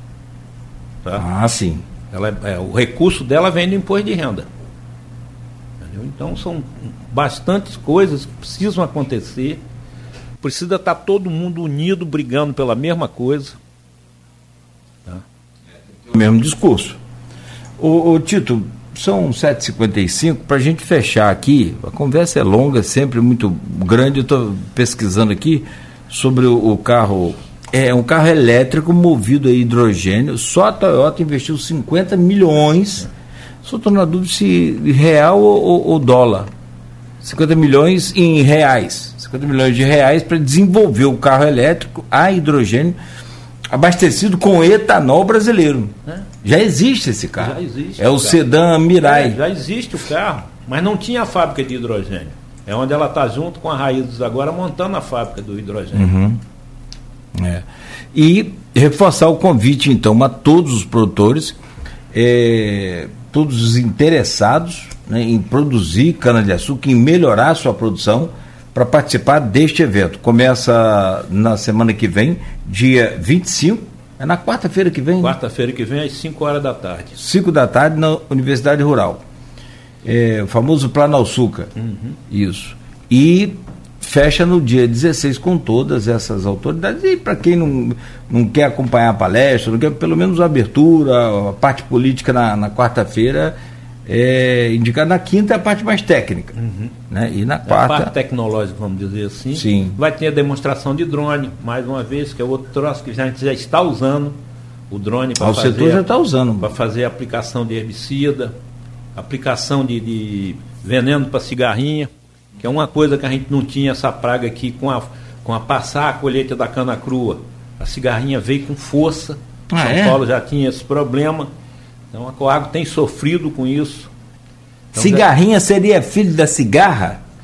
Tá? Ah, sim. O recurso dela vem do imposto de renda. Entendeu? Então são bastantes coisas que precisam acontecer. Precisa estar todo mundo unido, brigando pela mesma coisa. Tá? O mesmo discurso. Ô Tito, são 7h55, para a gente fechar aqui, a conversa é longa, sempre muito grande, eu estou pesquisando aqui sobre o carro, é um carro elétrico movido a hidrogênio, só a Toyota investiu 50 milhões, só estou na dúvida se real ou dólar, 50 milhões em reais, 50 milhões de reais para desenvolver o carro elétrico a hidrogênio abastecido com etanol brasileiro. Já existe esse carro. Já existe. É o sedã Mirai. Já existe o carro, mas não tinha a fábrica de hidrogênio. É onde ela está junto com a Raízes agora montando a fábrica do hidrogênio. Uhum. E reforçar o convite então a todos os produtores, todos os interessados, né, em produzir cana-de-açúcar, em melhorar a sua produção, para participar deste evento. Começa na semana que vem, dia 25, é na quarta-feira que vem? Quarta-feira que vem, às 5 horas da tarde. 5 da tarde, na Universidade Rural. O famoso Planalçuca. Uhum. Isso. E fecha no dia 16 com todas essas autoridades. E para quem não quer acompanhar a palestra, não quer pelo menos a abertura, a parte política na quarta-feira, indicado na quinta é a parte mais técnica. Uhum. Né? E na quarta... A parte tecnológica, vamos dizer assim. Sim. Vai ter a demonstração de drone, mais uma vez, que é outro troço que a gente já está usando. O drone para fazer... O setor já está usando. Para fazer a aplicação de herbicida, aplicação de veneno para cigarrinha, que é uma coisa que a gente não tinha essa praga aqui com a passar a colheita da cana crua. A cigarrinha veio com força. São Paulo já tinha esse problema. Então a Coag tem sofrido com isso. Então, cigarrinha seria filho da cigarra?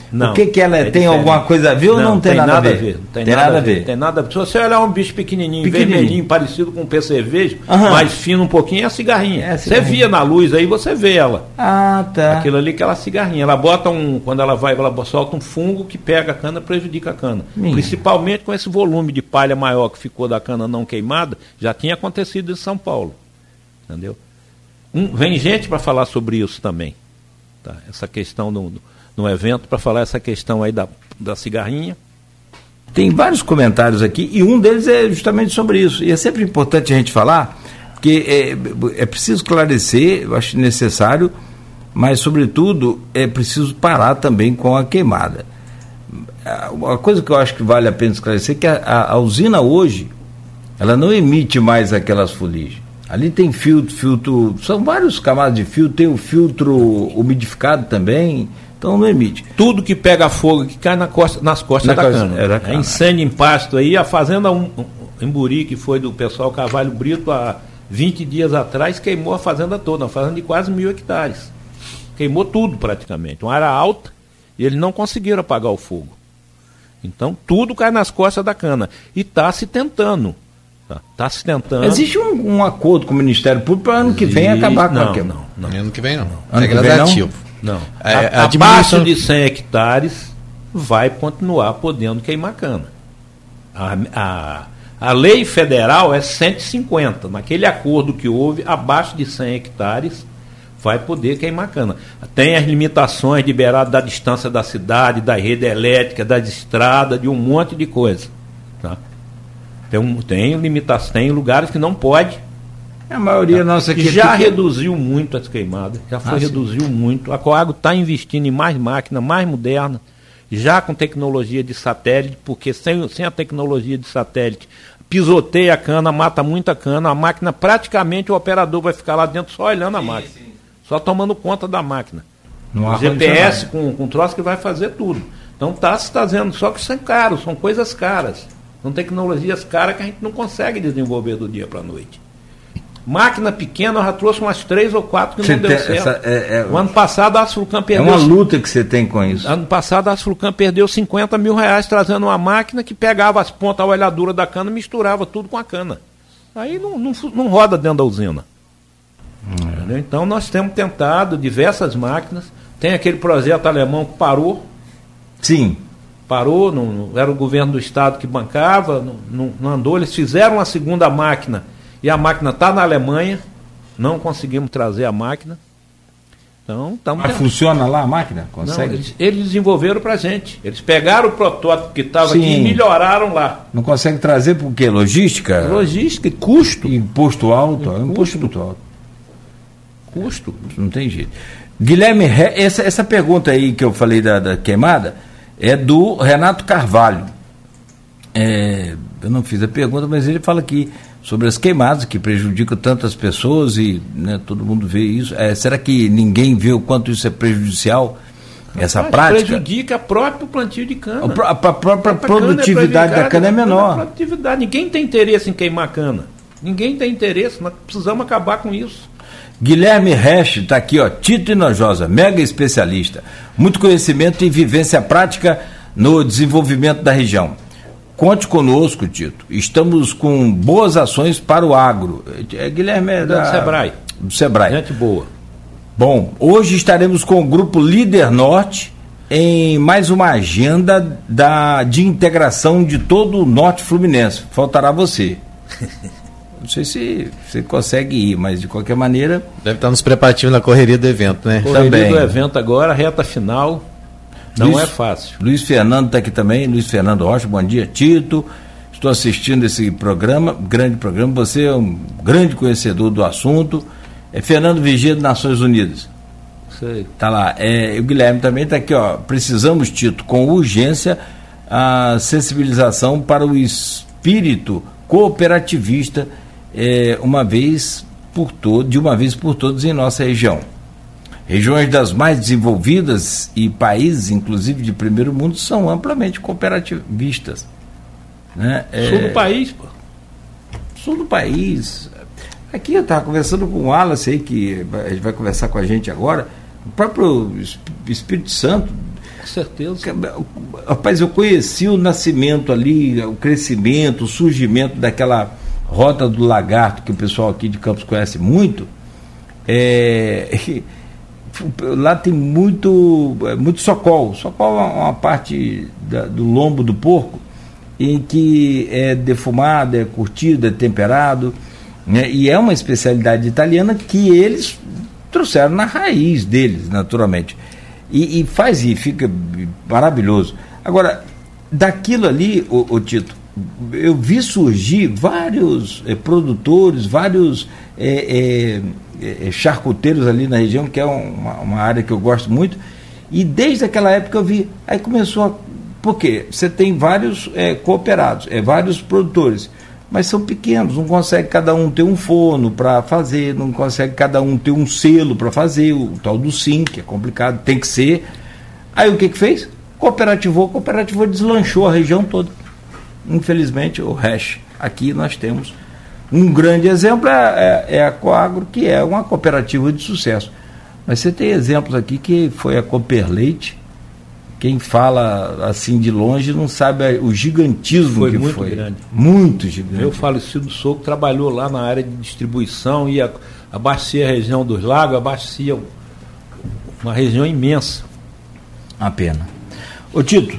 Não, o que ela tem alguma coisa a ver ou não tem nada a ver? Não tem nada a ver. Tem nada a ver. Se você olhar um bicho pequenininho, vermelhinho, parecido com um pé cerveja, mais fino um pouquinho, é a cigarrinha. Você via na luz aí, você vê ela. Ah, tá. Aquilo ali que é aquela cigarrinha. Ela bota quando ela solta um fungo que pega a cana, prejudica a cana. Principalmente com esse volume de palha maior que ficou da cana não queimada, já tinha acontecido em São Paulo. Entendeu? Vem gente para falar sobre isso também. Tá? Essa questão no evento, para falar essa questão aí da cigarrinha. Tem vários comentários aqui e um deles é justamente sobre isso. E é sempre importante a gente falar, porque é preciso esclarecer, eu acho necessário, mas sobretudo é preciso parar também com a queimada. Uma coisa que eu acho que vale a pena esclarecer é que a usina hoje, ela não emite mais aquelas fuligens. Ali tem filtro, são vários camadas de filtro, tem o filtro umidificado também, então não emite. Tudo que pega fogo, que cai nas costas da cana. É incêndio em pasto aí, a fazenda em Buri, que foi do pessoal Carvalho Brito, há 20 dias atrás, queimou a fazenda toda, uma fazenda de quase 1.000 hectares. Queimou tudo praticamente, uma área alta, e eles não conseguiram apagar o fogo. Então tudo cai nas costas da cana, e está se tentando. Está se tentando. Existe um acordo com o Ministério Público para ano que vem acabar com a queimada? Não. Ano que vem não. É gradativo. Não. Abaixo de 100 hectares vai continuar podendo queimar cana. A lei federal é 150. Naquele acordo que houve, abaixo de 100 hectares vai poder queimar cana. Tem as limitações liberadas da distância da cidade, da rede elétrica, das estradas, de um monte de coisa. Tá? Tem limitação, tem lugares que não pode. A maioria nossa aqui já reduziu muito as queimadas, reduziu muito. A Coago está investindo em mais máquina, mais moderna, já com tecnologia de satélite, porque sem a tecnologia de satélite, pisoteia a cana, mata muita cana, a máquina praticamente o operador vai ficar lá dentro só olhando a máquina, só tomando conta da máquina. O GPS com troço que vai fazer tudo. Então está se trazendo, só que são caros, são coisas caras. São tecnologias caras que a gente não consegue desenvolver do dia para a noite. Máquina pequena, eu já trouxe umas 3 ou 4 que não deu certo. O ano passado a Asflucan perdeu... É uma luta que você tem com isso. Ano passado a Asflucan perdeu 50 mil reais trazendo uma máquina que pegava as pontas, a olhadura da cana e misturava tudo com a cana. Aí não roda dentro da usina. Então nós temos tentado diversas máquinas. Tem aquele projeto alemão que parou. Sim. Parou, não era o governo do estado que bancava, não andou. Eles fizeram a segunda máquina e a máquina está na Alemanha, não conseguimos trazer a máquina. Então, mas funciona lá a máquina? Consegue? Não, eles desenvolveram para a gente. Eles pegaram o protótipo que estava aqui e melhoraram lá. Não consegue trazer por quê? Logística? Logística e custo. Imposto alto? Imposto muito alto. Custo. Não tem jeito. Guilherme, essa pergunta aí que eu falei da queimada é do Renato Carvalho. Eu não fiz a pergunta, mas ele fala aqui sobre as queimadas que prejudicam tantas pessoas e, né, todo mundo vê isso. Será que ninguém vê o quanto isso é prejudicial, essa prática? Prejudica o próprio plantio de cana. A própria produtividade da cana é menor. Ninguém tem interesse em queimar cana. Ninguém tem interesse, nós precisamos acabar com isso. Guilherme Resch está aqui, ó, Tito Hinojosa, mega especialista, muito conhecimento e vivência prática no desenvolvimento da região. Conte conosco, Tito, estamos com boas ações para o agro. Guilherme é do Sebrae. Do Sebrae. Gente boa. Bom, hoje estaremos com o Grupo Líder Norte em mais uma agenda de integração de todo o Norte Fluminense. Faltará você. Não sei se você consegue ir, mas de qualquer maneira... Deve estar nos preparativos na correria do evento, né? Correria do evento agora, reta final, não é fácil. Luiz Fernando está aqui também, Luiz Fernando Rocha, bom dia, Tito. Estou assistindo esse programa, grande programa, você é um grande conhecedor do assunto. Fernando Vigia, de Nações Unidas. Sei. Está lá. O Guilherme também está aqui, ó. Precisamos, Tito, com urgência, a sensibilização para o espírito cooperativista de uma vez por todas em nossa região. Regiões das mais desenvolvidas e países, inclusive de primeiro mundo, são amplamente cooperativistas. Né? Sul do país, pô. Sul do país. Aqui eu estava conversando com o Wallace aí, que a gente vai conversar com a gente agora. O próprio Espírito Santo, Com certeza. Rapaz, eu conheci o nascimento ali, o crescimento, o surgimento daquela Rota do Lagarto, que o pessoal aqui de Campos conhece muito. Lá tem muito socol. Socol é uma parte do lombo do porco em que é defumado, é curtido, é temperado, né? E é uma especialidade italiana que eles trouxeram na raiz deles, naturalmente. E fica maravilhoso. Agora, daquilo ali, ô Tito, eu vi surgir vários produtores, vários charcuteiros ali na região, que é uma área que eu gosto muito, e desde aquela época eu vi, aí começou porque você tem vários cooperados, vários produtores, mas são pequenos, não consegue cada um ter um forno para fazer, não consegue cada um ter um selo para fazer, o tal do SIM, que é complicado, tem que ser. Aí o que fez? Cooperativou, deslanchou a região toda. Infelizmente, o Hash, aqui nós temos um grande exemplo, é a Coagro, que é uma cooperativa de sucesso. Mas você tem exemplos aqui que foi a Cooperleite. Quem fala assim de longe não sabe o gigantismo foi que muito foi. Grande. Muito gigante. Meu falecido sogro trabalhou lá na área de distribuição e abastecia a região dos lagos, abastecia uma região imensa. Uma pena. Ô Tito,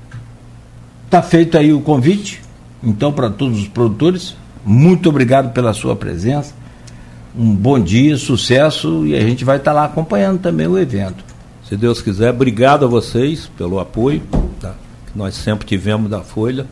está feito aí o convite, então, para todos os produtores. Muito obrigado pela sua presença. Um bom dia, sucesso, e a gente vai estar lá acompanhando também o evento. Se Deus quiser, obrigado a vocês pelo apoio, tá, que nós sempre tivemos da Folha.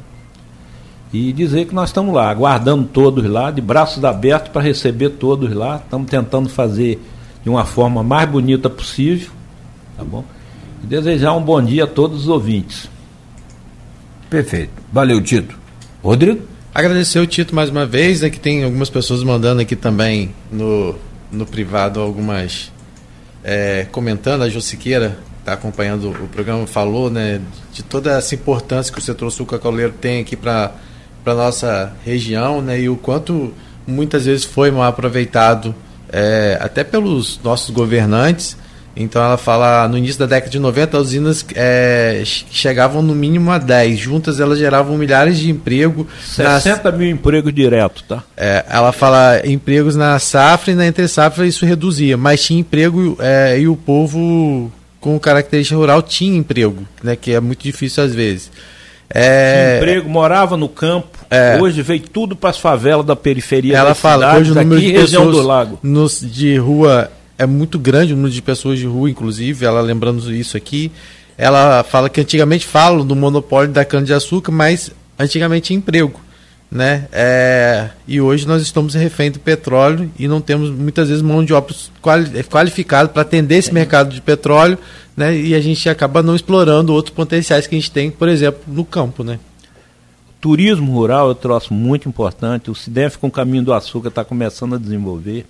E dizer que nós estamos lá, aguardando todos lá, de braços abertos para receber todos lá. Estamos tentando fazer de uma forma mais bonita possível, tá bom? E desejar um bom dia a todos os ouvintes. Perfeito. Valeu, Tito. Rodrigo? Agradecer o Tito mais uma vez, né, que tem algumas pessoas mandando aqui também no privado algumas... comentando, a Jo Siqueira está acompanhando o programa, falou, né, de toda essa importância que o setor sucroalcooleiro tem aqui para a nossa região, né, e o quanto muitas vezes foi mal aproveitado até pelos nossos governantes. Então ela fala, no início da década de 90, as usinas chegavam no mínimo a 10. Juntas elas geravam milhares de empregos. 60 mil empregos diretos, tá? Ela fala empregos na safra e na entre-safra isso reduzia, mas tinha emprego e o povo com característica rural tinha emprego, né, que é muito difícil às vezes. Tinha emprego, morava no campo. Hoje veio tudo para as favelas da periferia. Ela fala, hoje o número de região pessoas do lago. de rua é muito grande, o número de pessoas de rua, inclusive, ela lembrando isso aqui. Ela fala que antigamente falam do monopólio da cana-de-açúcar, mas antigamente tinha emprego, né? E hoje nós estamos refém do petróleo e não temos muitas vezes mão de obra qualificada para atender esse mercado de petróleo, né? E a gente acaba não explorando outros potenciais que a gente tem, por exemplo, no campo, né? Turismo rural é um troço muito importante. O CIDEF com o Caminho do Açúcar está começando a desenvolver.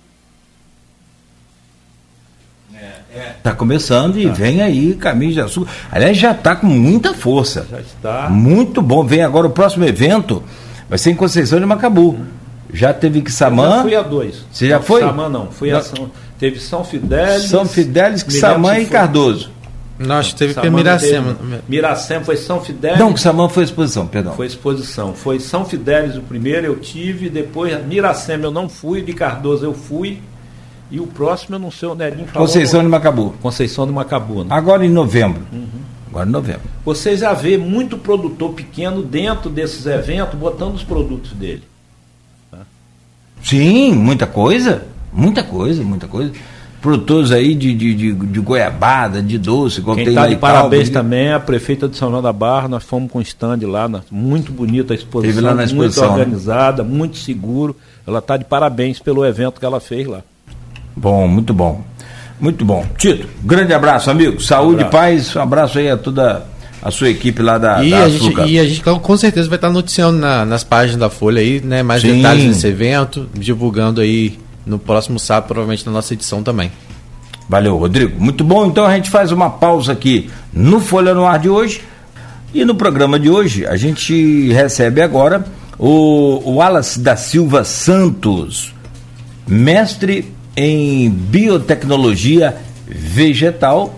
Está começando e vem aí Caminho de Açúcar. Aliás, já está com muita força. Já está. Muito bom. Vem agora o próximo evento, vai ser em Conceição de Macabu. Já teve Quissamã. Eu já fui a 2. Você já foi? Quissamã não. Teve São Fidélis. São Fidélis, Quissamã e Cardoso. Nós teve Miracema. Miracema foi São Fidélis. Não, Quissamã foi exposição, perdão. Foi exposição. Foi São Fidélis o primeiro, eu tive. Depois Miracema eu não fui, de Cardoso eu fui. E o próximo eu não sei, o Nelinho falou. Conceição de Macabu. Conceição de Macabu, né? Agora em novembro. Agora em novembro. Você já vê muito produtor pequeno dentro desses eventos botando os produtos dele. Tá? Sim, muita coisa. Produtores aí de goiabada, de doce. Quem está de parabéns também é a prefeita de São João da Barra. Nós fomos com um stand lá, muito bonita a exposição. Teve lá na exposição, muito organizada, muito seguro. Ela está de parabéns pelo evento que ela fez lá. Bom, muito bom. Muito bom. Tito, grande abraço, amigo. Saúde e paz. Um abraço aí a toda a sua equipe lá da Açúcar. E a gente com certeza vai estar noticiando nas páginas da Folha aí, né? Mais detalhes desse evento, divulgando aí no próximo sábado, provavelmente na nossa edição também. Valeu, Rodrigo. Muito bom. Então a gente faz uma pausa aqui no Folha no Ar de hoje. E no programa de hoje a gente recebe agora o Wallace da Silva Santos, mestre em biotecnologia vegetal,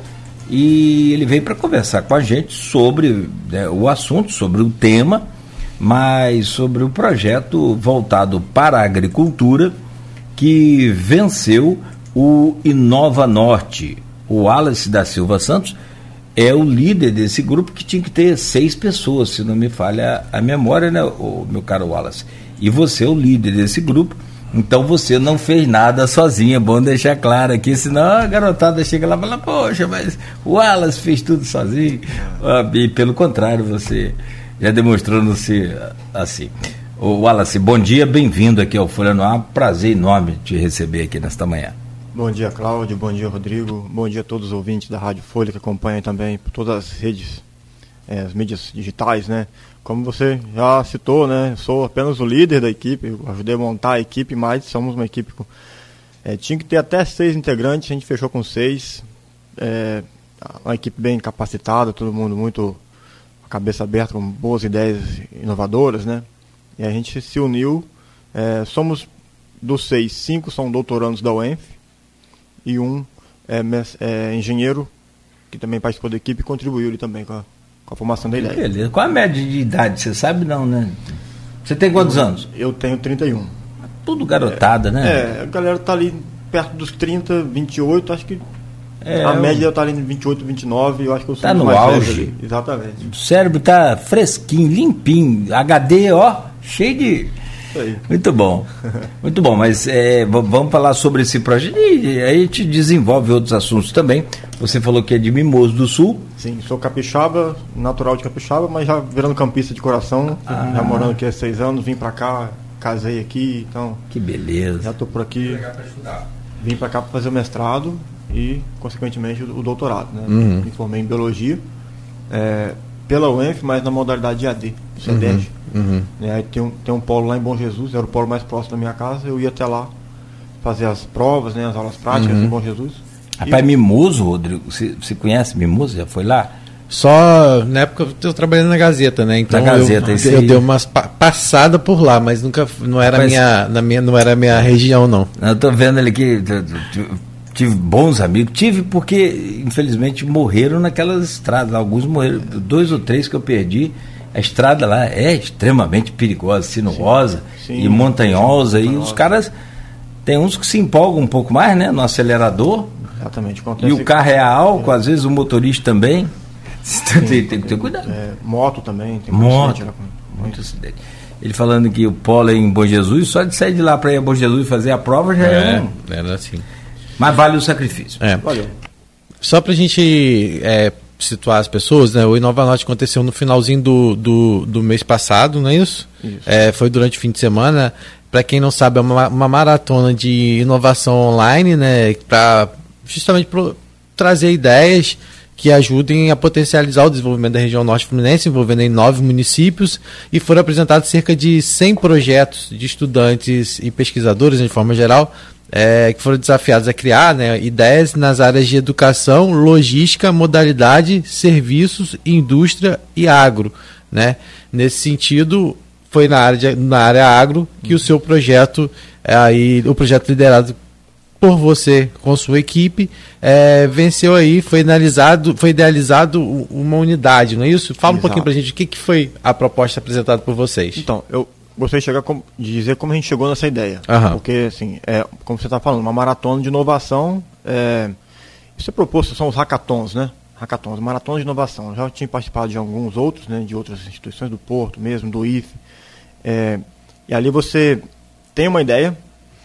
e ele veio para conversar com a gente sobre, né, o assunto, sobre o tema, mas sobre o projeto voltado para a agricultura que venceu o Inova Norte. O Wallace da Silva Santos é o líder desse grupo, que tinha que ter 6 pessoas, se não me falha a memória, né, o meu caro Wallace? E você é o líder desse grupo, então você não fez nada sozinho, é bom deixar claro aqui, senão a garotada chega lá e fala, poxa, mas o Wallace fez tudo sozinho. E pelo contrário, você já demonstrou não ser assim. O Wallace, bom dia, bem-vindo aqui ao Folha no Ar, prazer enorme te receber aqui nesta manhã. Bom dia, Cláudio, bom dia, Rodrigo, bom dia a todos os ouvintes da Rádio Folha que acompanham também por todas as redes, as mídias digitais, né? Como você já citou, né? Sou apenas o líder da equipe, eu ajudei a montar a equipe, mas somos uma equipe com... tinha que ter até 6 integrantes, a gente fechou com 6, uma equipe bem capacitada, todo mundo muito com a cabeça aberta, com boas ideias inovadoras, né? E a gente se uniu, somos dos 6, 5 são doutorandos da UENF, e um é engenheiro, que também participou da equipe e contribuiu ali também com a formação da ideia. Beleza. Qual a média de idade? Você sabe não, né? Você tem quantos anos? Eu tenho 31. Tudo garotada, né? A galera tá ali perto dos 30, 28, acho que a média tá ali em 28, 29, eu acho que eu sou tá no mais auge. velho ali. Exatamente. O cérebro tá fresquinho, limpinho, HD, ó, cheio de... Aí. Muito bom, muito bom, mas vamos falar sobre esse projeto e aí a gente desenvolve outros assuntos também. Você falou que é de Mimoso do Sul. Sim, sou capixaba, natural de Capixaba, mas já virando campista de coração, já morando aqui há 6 anos, vim pra cá, casei aqui, então... Que beleza. Já tô por aqui, vim pra cá pra fazer o mestrado e, consequentemente, o doutorado, né? Me formei em Biologia, pela UENF, mas na modalidade de AD, CEDED. Aí tem um polo lá em Bom Jesus, era o polo mais próximo da minha casa, eu ia até lá fazer as provas, né, as aulas práticas em Bom Jesus. Rapaz, Mimoso, Rodrigo, você conhece Mimoso? Já foi lá? Só na época eu trabalhei na Gazeta, né? Então na Gazeta, eu dei umas passada por lá, mas nunca não era não era a minha região, não. Eu tô vendo ali que tive bons amigos, porque infelizmente morreram naquelas estradas, alguns morreram, 2 ou 3 que eu perdi. A estrada lá é extremamente perigosa, sinuosa e montanhosa, e os caras, tem uns que se empolgam um pouco mais, né, no acelerador. Exatamente. E o carro é álcool, às vezes o motorista também. Tem que ter cuidado. Moto também. Tem muito acidente. Ele falando que o polo é em Bom Jesus, só de sair de lá para ir a Bom Jesus e fazer a prova já era assim. Mas vale o sacrifício. Valeu. Só pra gente situar as pessoas, né? O Inova Norte aconteceu no finalzinho do mês passado, não é isso? Isso. Foi durante o fim de semana. Para quem não sabe, é uma maratona de inovação online, né? Para justamente trazer ideias que ajudem a potencializar o desenvolvimento da região norte fluminense, envolvendo em 9 municípios, e foram apresentados cerca de 100 projetos de estudantes e pesquisadores, de forma geral, que foram desafiados a criar, né, ideias nas áreas de educação, logística, modalidade, serviços, indústria e agro, né? Nesse sentido, foi na área agro que o seu projeto, o projeto liderado por você com sua equipe, venceu aí, foi idealizado uma unidade, não é isso? Fala um pouquinho pra gente o que foi a proposta apresentada por vocês. Então, eu gostaria de dizer como a gente chegou nessa ideia. Porque, assim, como você está falando, uma maratona de inovação, isso é proposto, são os hackathons, né? Hackathons, maratonas de inovação. Eu já tinha participado de alguns outros, né, de outras instituições do Porto mesmo, do IFE. E ali você tem uma ideia,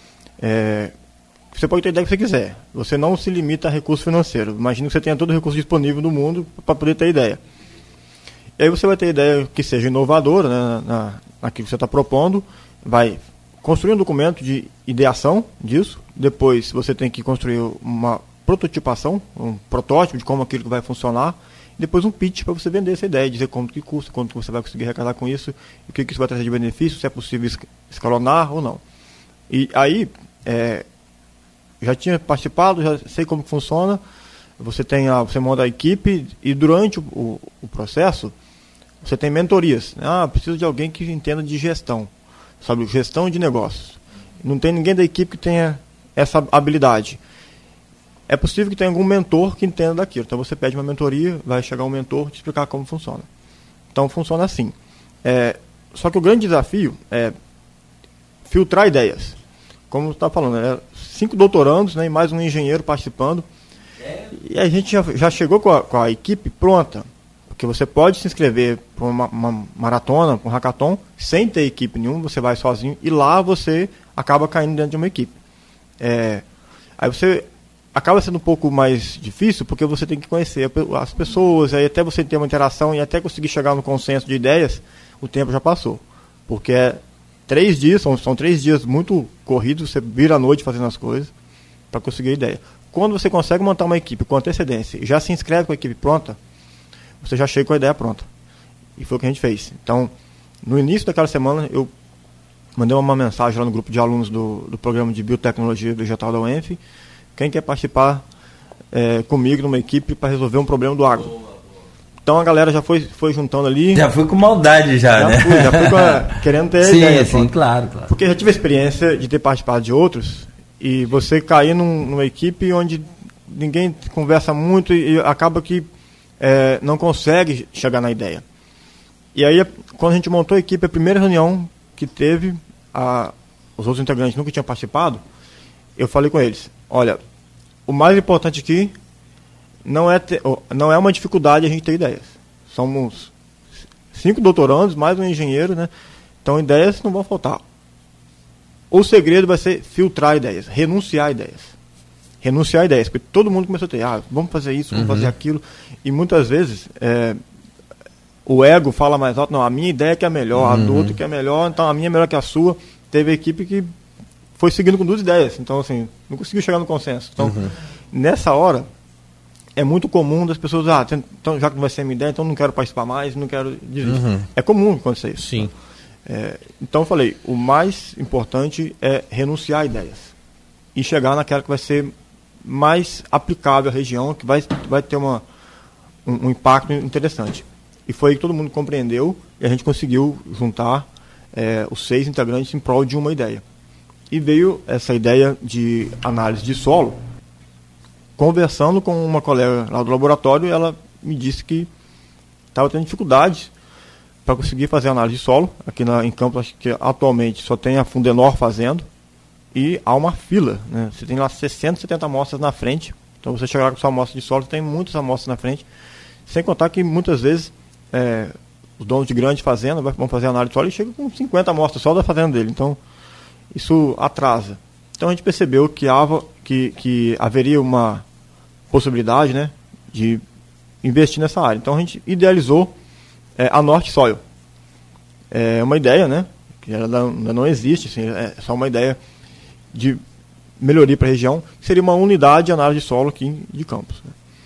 você pode ter a ideia que você quiser. Você não se limita a recurso financeiro. Imagina que você tenha todo o recurso disponível do mundo para poder ter ideia. E aí você vai ter ideia que seja inovadora, né, naquilo que você está propondo, vai construir um documento de ideação disso, depois você tem que construir uma prototipação, um protótipo de como aquilo vai funcionar, e depois um pitch para você vender essa ideia, dizer quanto que custa, quanto que você vai conseguir arrecadar com isso, o que isso vai trazer de benefício, se é possível escalonar ou não. E aí, já tinha participado, já sei como que funciona, você monta a equipe e durante o processo, você tem mentorias. Preciso de alguém que entenda de gestão, sabe, gestão de negócios. Não tem ninguém da equipe que tenha essa habilidade. é possível que tenha algum mentor que entenda daquilo. Então você pede uma mentoria, vai chegar um mentor te explicar como funciona. Então funciona assim. Só que o grande desafio é filtrar ideias. Como você está falando, 5 doutorandos, né, e mais um engenheiro participando. E a gente já chegou com a equipe pronta. Porque você pode se inscrever para uma maratona, para um hackathon, sem ter equipe nenhuma, você vai sozinho, e lá você acaba caindo dentro de uma equipe. Aí você acaba sendo um pouco mais difícil, porque você tem que conhecer as pessoas, aí até você ter uma interação e até conseguir chegar no consenso de ideias, o tempo já passou. Porque 3 dias, são 3 dias muito corridos, você vira à noite fazendo as coisas para conseguir a ideia. Quando você consegue montar uma equipe com antecedência e já se inscreve com a equipe pronta, você já chega com a ideia pronta. E foi o que a gente fez. Então, no início daquela semana, eu mandei uma mensagem lá no grupo de alunos do programa de Biotecnologia Vegetal da UENF. Quem quer participar comigo numa equipe para resolver um problema do agro? Então a galera já foi juntando ali. Já foi com maldade né? Já fui querendo ter ideia. Sim, claro. Porque eu já tive a experiência de ter participado de outros e você cair numa equipe onde ninguém conversa muito e acaba que não consegue chegar na ideia. E aí, quando a gente montou a equipe, a primeira reunião que teve, os outros integrantes nunca tinham participado, eu falei com eles, olha, o mais importante aqui não é uma dificuldade a gente ter ideias. Somos 5 doutorandos, mais um engenheiro, né? Então ideias não vão faltar. O segredo vai ser filtrar ideias, renunciar a ideias. Renunciar a ideias, porque todo mundo começou a ter, vamos fazer isso, vamos fazer aquilo. E muitas vezes o ego fala mais alto, não, a minha ideia que é melhor, a do outro que é melhor, então a minha é melhor que a sua. Teve equipe que foi seguindo com 2 ideias, então assim, não conseguiu chegar no consenso. Então, nessa hora, é muito comum das pessoas, então, já que não vai ser a minha ideia, então não quero participar mais, não quero desistir. É comum acontecer isso. Sim. Então eu falei, o mais importante é renunciar a ideias e chegar naquela que vai ser mais aplicável à região, que vai ter um impacto interessante. E foi aí que todo mundo compreendeu e a gente conseguiu juntar os 6 integrantes em prol de uma ideia. E veio essa ideia de análise de solo. Conversando com uma colega lá do laboratório, ela me disse que estava tendo dificuldades para conseguir fazer análise de solo. Aqui em Campos, acho que atualmente só tem a Fundenor fazendo e há uma fila, né? Você tem lá 60, 70 amostras na frente. Então você chegar com sua amostra de solo, você tem muitas amostras na frente. Sem contar que muitas vezes os donos de grande fazenda vão fazer análise de solo e chegam com 50 amostras só da fazenda dele. Então isso atrasa. Então a gente percebeu que haveria uma possibilidade, né, de investir nessa área. Então a gente idealizou a Norte Soil. É uma ideia, né, que ainda não existe, assim, é só uma ideia de melhoria para a região, que seria uma unidade de análise de solo aqui de Campos,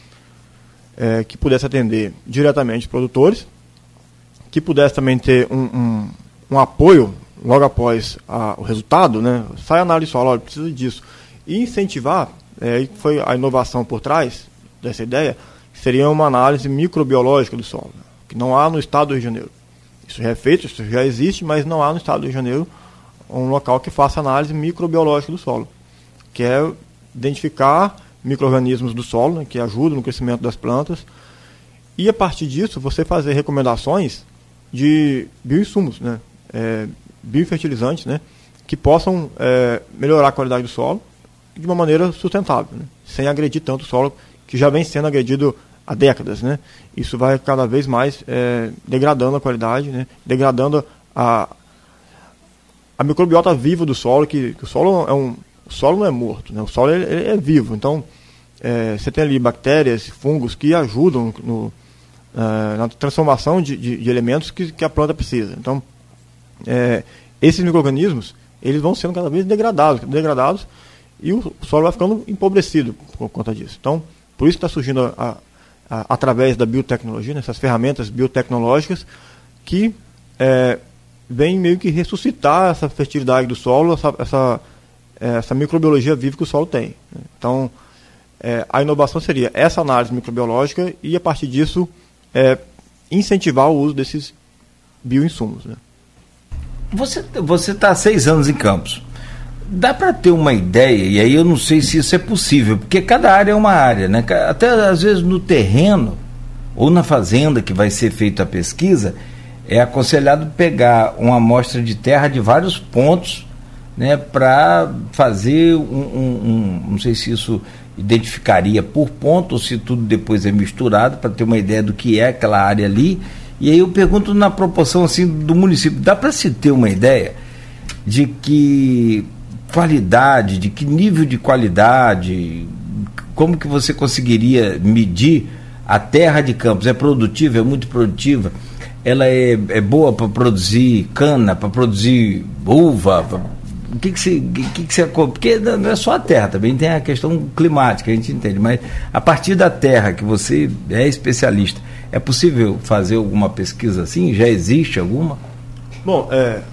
né, que pudesse atender diretamente os produtores, que pudesse também ter um apoio logo após o resultado, né, sai a análise de solo, olha, precisa disso, e incentivar. Foi a inovação por trás dessa ideia, seria uma análise microbiológica do solo, né, que não há no estado do Rio de Janeiro. Isso já é feito, isso já existe, mas não há no estado do Rio de Janeiro um local que faça análise microbiológica do solo, que é identificar micro-organismos do solo, né, que ajudam no crescimento das plantas, e a partir disso você fazer recomendações de bioinsumos, né, biofertilizantes, né, que possam melhorar a qualidade do solo de uma maneira sustentável, né, sem agredir tanto o solo, que já vem sendo agredido há décadas, né. Isso vai cada vez mais degradando a qualidade, né, degradando a microbiota viva do solo, que o solo o solo não é morto, né, o solo ele é vivo. Então você tem ali bactérias, fungos que ajudam na transformação de elementos que a planta precisa. Então esses micro-organismos eles vão sendo cada vez degradados e o solo vai ficando empobrecido por conta disso. Então, por isso está surgindo através da biotecnologia, né, essas ferramentas biotecnológicas que vêm meio que ressuscitar essa fertilidade do solo, essa microbiologia viva que o solo tem. Então, a inovação seria essa análise microbiológica e, a partir disso, incentivar o uso desses bioinsumos, né? Você está há 6 anos em Campos. Dá para ter uma ideia, e aí eu não sei se isso é possível, porque cada área é uma área, né? Até às vezes no terreno ou na fazenda que vai ser feita a pesquisa, é aconselhado pegar uma amostra de terra de vários pontos, né, para fazer não sei se isso identificaria por ponto ou se tudo depois é misturado, para ter uma ideia do que é aquela área ali. E aí eu pergunto na proporção assim do município, dá para se ter uma ideia de que qualidade, de que nível de qualidade, como que você conseguiria medir a terra de Campos? É produtiva, é muito produtiva? Ela é boa para produzir cana, para produzir uva? O que você... Porque não é só a terra, também tem a questão climática, a gente entende, mas a partir da terra, que você é especialista, é possível fazer alguma pesquisa assim? Já existe alguma? Bom,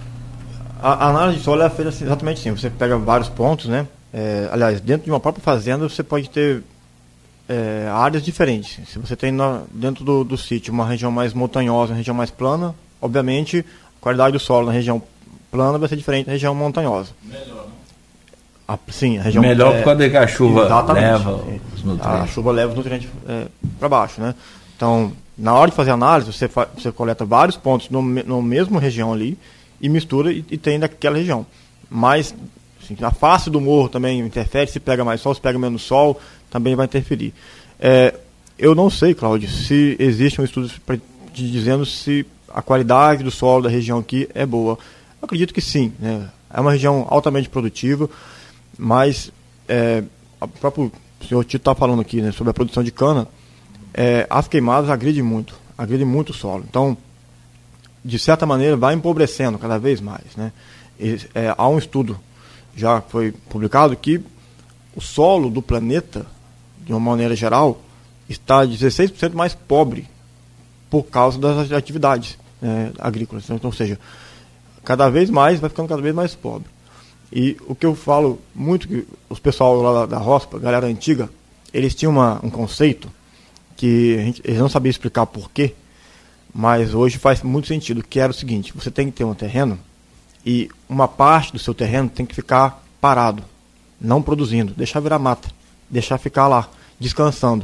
a análise de solo é feita exatamente assim, você pega vários pontos, né? Aliás, dentro de uma própria fazenda você pode ter áreas diferentes. Se você tem dentro do sítio uma região mais montanhosa, uma região mais plana, obviamente a qualidade do solo na região plana vai ser diferente da região montanhosa. Melhor, né? Sim, a região... Melhor por causa que a chuva leva os nutrientes. A chuva leva os nutrientes para baixo, né? Então, na hora de fazer análise, você coleta vários pontos no mesmo região ali e mistura e tem daquela região. Mas assim, a face do morro também interfere, se pega mais sol, se pega menos sol, também vai interferir. Eu não sei, Cláudio, se existe um estudo dizendo se a qualidade do solo da região aqui é boa. Eu acredito que sim, né? É uma região altamente produtiva, mas o próprio senhor Tito está falando aqui, né, sobre a produção de cana. As queimadas agridem muito o solo. Então, de certa maneira, vai empobrecendo cada vez mais, né? Há um estudo, já foi publicado, que o solo do planeta, de uma maneira geral, está 16% mais pobre por causa das atividades agrícolas. Então, ou seja, vai ficando cada vez mais pobre. E o que eu falo muito, que os pessoal lá da roça, a galera antiga, eles tinham um conceito que eles não sabiam explicar por quê, mas hoje faz muito sentido, que era o seguinte: você tem que ter um terreno e uma parte do seu terreno tem que ficar parado, não produzindo, deixar virar mata, deixar ficar lá, descansando.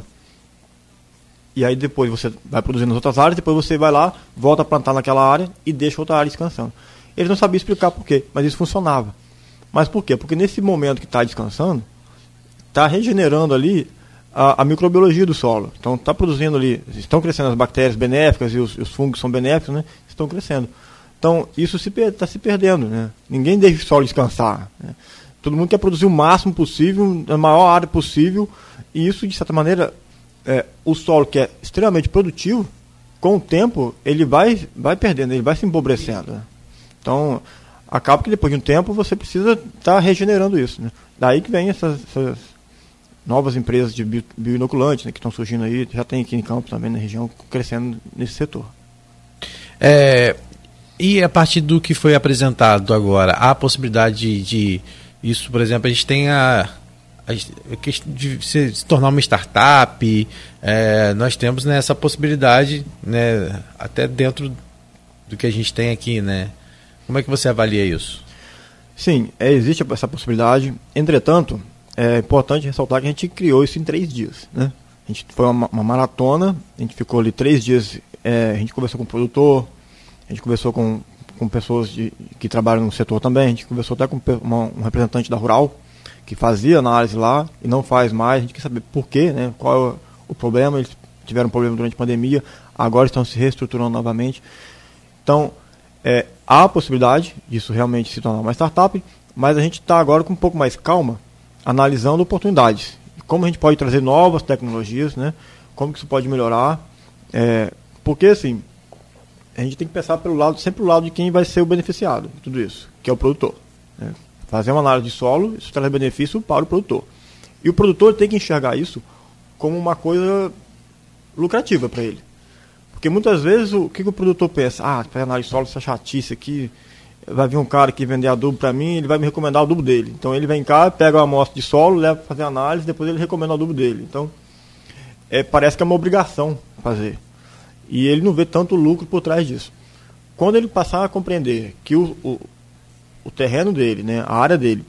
E aí depois você vai produzindo nas outras áreas, depois você vai lá, volta a plantar naquela área e deixa outra área descansando. Eles não sabiam explicar por quê, mas isso funcionava. Mas por quê? Porque nesse momento que está descansando, está regenerando ali a microbiologia do solo. Então está produzindo ali, estão crescendo as bactérias benéficas e os fungos são benéficos, né? Estão crescendo. Então isso está se perdendo, né? Ninguém deixa o solo descansar, né? Todo mundo quer produzir o máximo possível, a maior área possível, e isso, de certa maneira, o solo que é extremamente produtivo, com o tempo, ele vai perdendo, ele vai se empobrecendo, né? Então, acaba que depois de um tempo você precisa estar regenerando isso, né? Daí que vem essas novas empresas de bioinoculantes, né, que estão surgindo aí, já tem aqui em Campos também, na região, crescendo nesse setor. E a partir do que foi apresentado agora, há a possibilidade de isso, por exemplo, a gente tem a questão de se tornar uma startup, nós temos, né, essa possibilidade, né, até dentro do que a gente tem aqui, né? Como é que você avalia isso? Sim, existe essa possibilidade. Entretanto, é importante ressaltar que a gente criou isso em 3 dias, né? A gente foi uma maratona, a gente ficou ali 3 dias, a gente conversou com o produtor, a gente conversou com pessoas que trabalham no setor também, a gente conversou até com um representante da Rural, que fazia análise lá e não faz mais. A gente quer saber por quê, né? Qual é o problema. Eles tiveram um problema durante a pandemia, agora estão se reestruturando novamente. Então, há a possibilidade disso realmente se tornar uma startup, mas a gente está agora com um pouco mais calma, analisando oportunidades. Como a gente pode trazer novas tecnologias, né? Como que isso pode melhorar. Porque, assim, a gente tem que pensar sempre pelo lado de quem vai ser o beneficiado de tudo isso, que é o produtor, né? Fazer uma análise de solo, isso traz benefício para o produtor. E o produtor tem que enxergar isso como uma coisa lucrativa para ele. Porque muitas vezes, o que o produtor pensa? Fazer análise de solo, essa chatice aqui, vai vir um cara que vender adubo para mim, ele vai me recomendar o adubo dele. Então ele vem cá, pega uma amostra de solo, leva para fazer análise, depois ele recomenda o adubo dele. Então, parece que é uma obrigação fazer. E ele não vê tanto lucro por trás disso. Quando ele passar a compreender que o terreno dele, né, a área dele,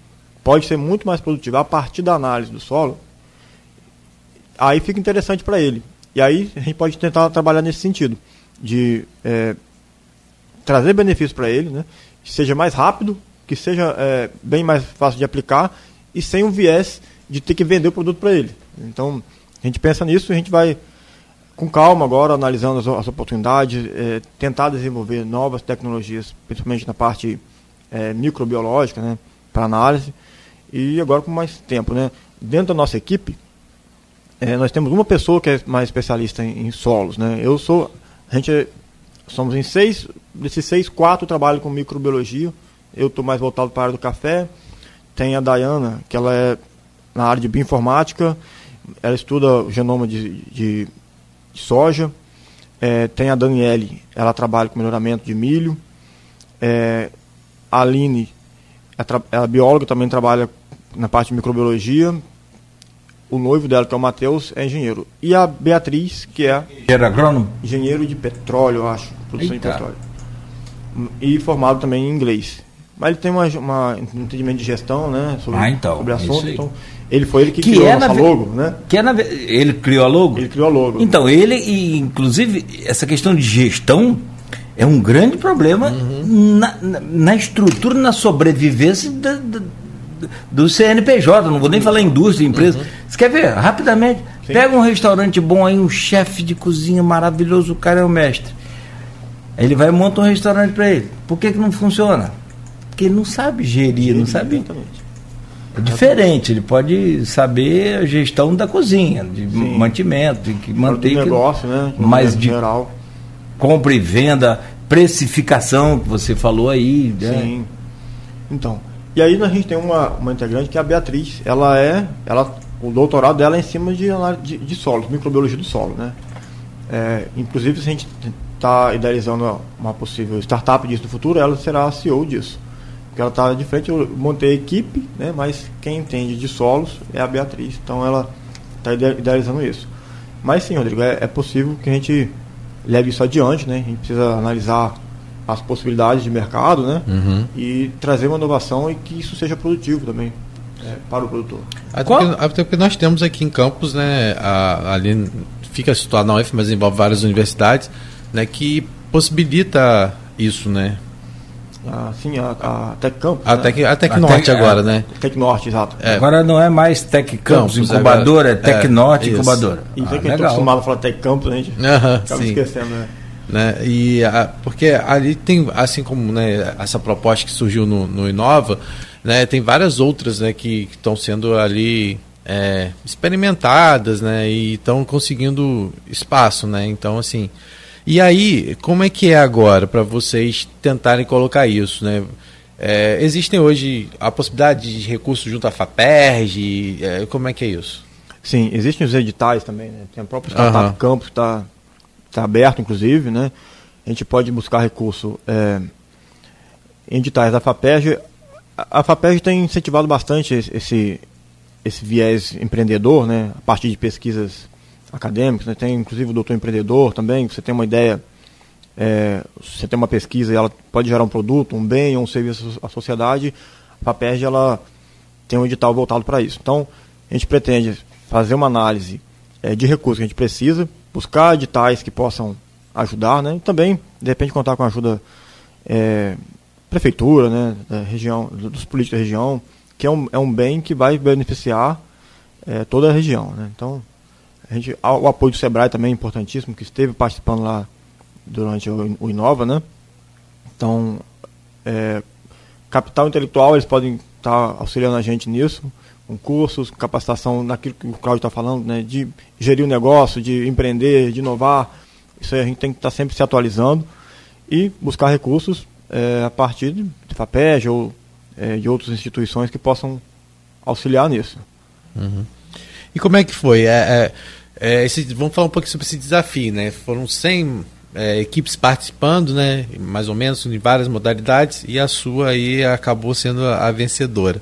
pode ser muito mais produtiva a partir da análise do solo, aí fica interessante para ele. E aí a gente pode tentar trabalhar nesse sentido, de trazer benefícios para ele, né? Que seja mais rápido, que seja bem mais fácil de aplicar e sem um viés de ter que vender o produto para ele. Então, a gente pensa nisso e a gente vai com calma agora, analisando as oportunidades, tentar desenvolver novas tecnologias, principalmente na parte microbiológica, né, para análise, e agora com mais tempo, né. Dentro da nossa equipe, nós temos uma pessoa que é mais especialista em solos, né. Somos em 6, desses 6, 4 trabalham com microbiologia, eu estou mais voltado para a área do café, tem a Dayana, que ela é na área de bioinformática, ela estuda o genoma de soja, tem a Daniele, ela trabalha com melhoramento de milho, a Aline, ela é bióloga, também trabalha na parte de microbiologia, o noivo dela, que é o Matheus, é engenheiro, e a Beatriz, que é engenheiro de petróleo, eu acho, produção de petróleo, e formado também em inglês. Mas ele tem um entendimento de gestão, né, sobre assunto, então ele que criou a nossa logo, né? Ele criou a logo? Ele criou a logo. Então, inclusive, essa questão de gestão é um grande problema na estrutura, na sobrevivência do CNPJ, não vou nem falar indústria, empresa. Você quer ver? Rapidamente, sim. Pega um restaurante bom aí, um chefe de cozinha maravilhoso, o cara é o mestre. Aí ele vai e monta um restaurante para ele. Por que não funciona? Porque ele não sabe gerir, não sabe. Exatamente. É diferente, ele pode saber a gestão da cozinha, de mantimento, de manter o negócio, né? Mas de geral. Compra e venda, precificação, que você falou aí. Né? Sim. Então, e aí a gente tem uma integrante que é a Beatriz. O doutorado dela é em cima de solos, microbiologia do solo, né? Inclusive, se a gente está idealizando uma possível startup disso no futuro, ela será a CEO disso. Porque ela está de frente, eu montei a equipe, né, mas quem entende de solos é a Beatriz, então ela está idealizando isso. Mas sim, Rodrigo, é possível que a gente leve isso adiante, né? A gente precisa analisar as possibilidades de mercado, né? E trazer uma inovação e que isso seja produtivo também para o produtor. Até porque nós temos aqui em Campos, né, ali fica situado na UF, mas envolve várias universidades, né, que possibilita isso, né? Sim, a Tec Campus. A Tec Norte agora, né? Tec Norte, exato. Agora não é mais Tec Campus incubadora, é Tec Norte incubadora. E que a gente está acostumado a falar Tec Campus, a gente acaba esquecendo, né? E porque ali tem, assim como, né, essa proposta que surgiu no Inova, né, tem várias outras, né, que estão sendo ali experimentadas, né, e estão conseguindo espaço, né? Então, assim, e aí, como é que é agora para vocês tentarem colocar isso, né? Existem hoje a possibilidade de recursos junto à FAPERJ, como é que é isso? Sim, existem os editais também, né? Tem o próprio Startup Campus que está aberto, inclusive, né? A gente pode buscar recurso em editais da FAPERJ. A FAPERJ tem incentivado bastante esse viés empreendedor, né? A partir de pesquisas acadêmicos, né? Tem inclusive o doutor empreendedor também, você tem uma ideia, você tem uma pesquisa e ela pode gerar um produto, um bem ou um serviço à sociedade, a FAPERJ ela tem um edital voltado para isso. Então, a gente pretende fazer uma análise de recursos que a gente precisa, buscar editais que possam ajudar, né? E também, de repente, contar com a ajuda prefeitura, né? Da região, dos políticos da região, que é um bem que vai beneficiar toda a região, né? Então, o apoio do SEBRAE também é importantíssimo, que esteve participando lá durante o Inova, né? Então, capital intelectual, eles podem estar auxiliando a gente nisso, com cursos, capacitação naquilo que o Cláudio está falando, né? De gerir o negócio, de empreender, de inovar. Isso aí a gente tem que estar sempre se atualizando e buscar recursos a partir de FAPERJ ou de outras instituições que possam auxiliar nisso. E como é que foi? Vamos falar um pouco sobre esse desafio, né? Foram 100 equipes participando, né? Mais ou menos, em várias modalidades, e a sua aí acabou sendo a vencedora.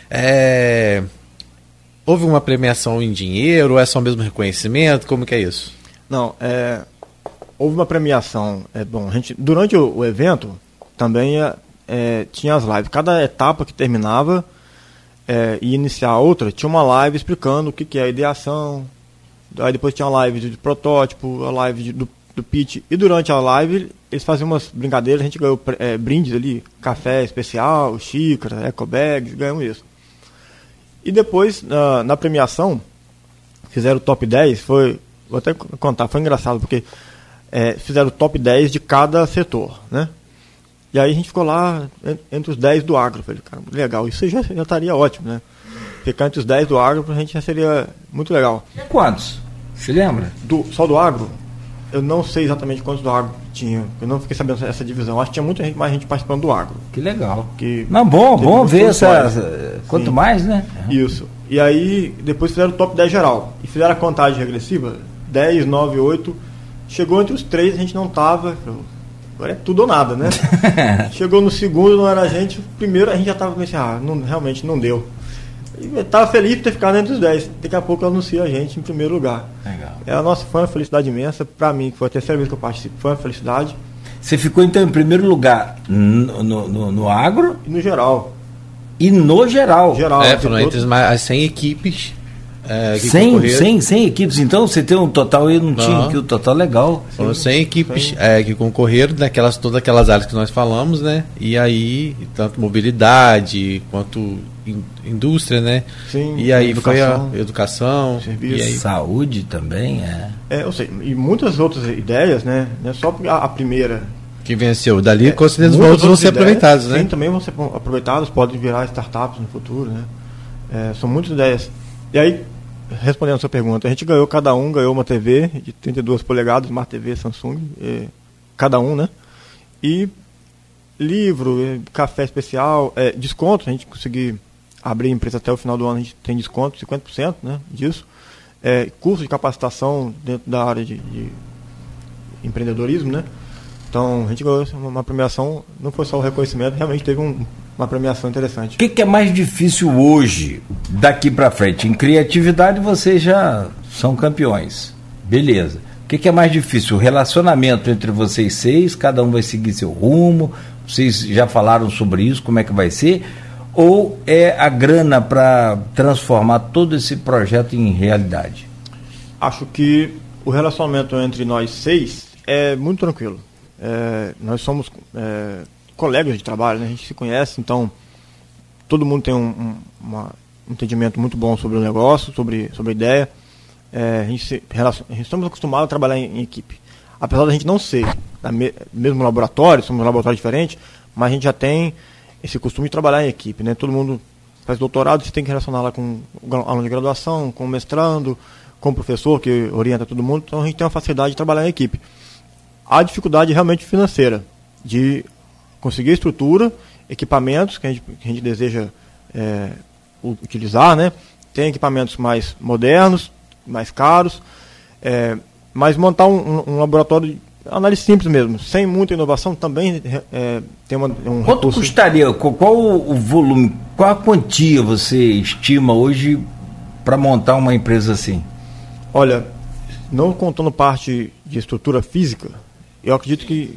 Houve uma premiação em dinheiro, ou é só mesmo reconhecimento? Como que é isso? Não, houve uma premiação. Durante o evento, também tinha as lives. Cada etapa que terminava, ia iniciar outra, tinha uma live explicando o que é a ideação, aí depois tinha uma live de protótipo, a live do pitch, e durante a live eles faziam umas brincadeiras, a gente ganhou brindes ali, café especial, xícara, eco bags, ganhamos isso. E depois, na premiação, fizeram o top 10, vou até contar, foi engraçado, porque fizeram o top 10 de cada setor, né? E aí a gente ficou lá entre os 10 do agro. Falei, cara, legal, isso já estaria ótimo, né? Ficar entre os 10 do agro pra gente já seria muito legal. E quantos? Se lembra? Só do agro? Eu não sei exatamente quantos do agro tinha. Eu não fiquei sabendo essa divisão. Acho que tinha muita gente, mais gente participando do agro. Que legal. Que não, bom ver essa. Quanto Sim. mais, né? Isso. E aí, depois fizeram o top 10 geral. E fizeram a contagem regressiva: 10, 9, 8. Chegou entre os 3, a gente não tava. Agora é tudo ou nada, né? Chegou no segundo, não era a gente. O primeiro, a gente já tava pensando, realmente não deu. Eu tava feliz por ter ficado entre os 10. Daqui a pouco eu anuncio a gente em primeiro lugar. Legal. Nossa, foi uma felicidade imensa. Pra mim, que foi a terceira vez que eu participo, foi uma felicidade. Você ficou, então, em primeiro lugar no agro? E no geral. E no geral? Foram entre as 100 equipes. 100 equipes, então você tem um total, eu não tinha aqui o total legal. Foram 100 equipes que concorreram todas aquelas áreas que nós falamos, né? E aí, tanto mobilidade quanto indústria, né? Sim, e aí educação, foi a educação, serviço. E aí, saúde também, ou seja, e muitas outras ideias, né? Não é só a primeira que venceu. Dali, com certeza, os outros vão ser aproveitados, né? Sim, também vão ser aproveitados, podem virar startups no futuro, né? São muitas ideias. E aí, respondendo a sua pergunta, a gente cada um ganhou uma TV de 32 polegadas, Smart TV, Samsung, cada um, né? E livro, café especial, desconto, a gente conseguiu abrir a empresa até o final do ano, a gente tem desconto, 50%, né, disso. Curso de capacitação dentro da área de empreendedorismo, né? Então, a gente ganhou uma premiação, não foi só o reconhecimento, realmente teve uma premiação interessante. O que é mais difícil hoje, daqui para frente? Em criatividade vocês já são campeões, beleza. O que é mais difícil? O relacionamento entre vocês 6, cada um vai seguir seu rumo, vocês já falaram sobre isso, como é que vai ser? Ou é a grana para transformar todo esse projeto em realidade? Acho que o relacionamento entre nós 6 é muito tranquilo. Nós somos colegas de trabalho, né? A gente se conhece, então todo mundo tem um entendimento muito bom sobre o negócio, sobre a ideia. A gente estamos acostumados a trabalhar em equipe. Apesar da gente não ser mesmo laboratório, somos um laboratório diferente, mas a gente já tem esse costume de trabalhar em equipe, né? Todo mundo faz doutorado, você tem que relacionar lá com o aluno de graduação, com o mestrando, com o professor que orienta todo mundo, então a gente tem uma facilidade de trabalhar em equipe. A dificuldade realmente financeira, de conseguir estrutura, equipamentos que a gente deseja utilizar, né? Tem equipamentos mais modernos, mais caros, mas montar um laboratório de análise simples mesmo, sem muita inovação, também tem um Quanto recurso. custaria? Qual o volume, qual a quantia você estima hoje para montar uma empresa assim? Olha, não contando parte de estrutura física, eu acredito que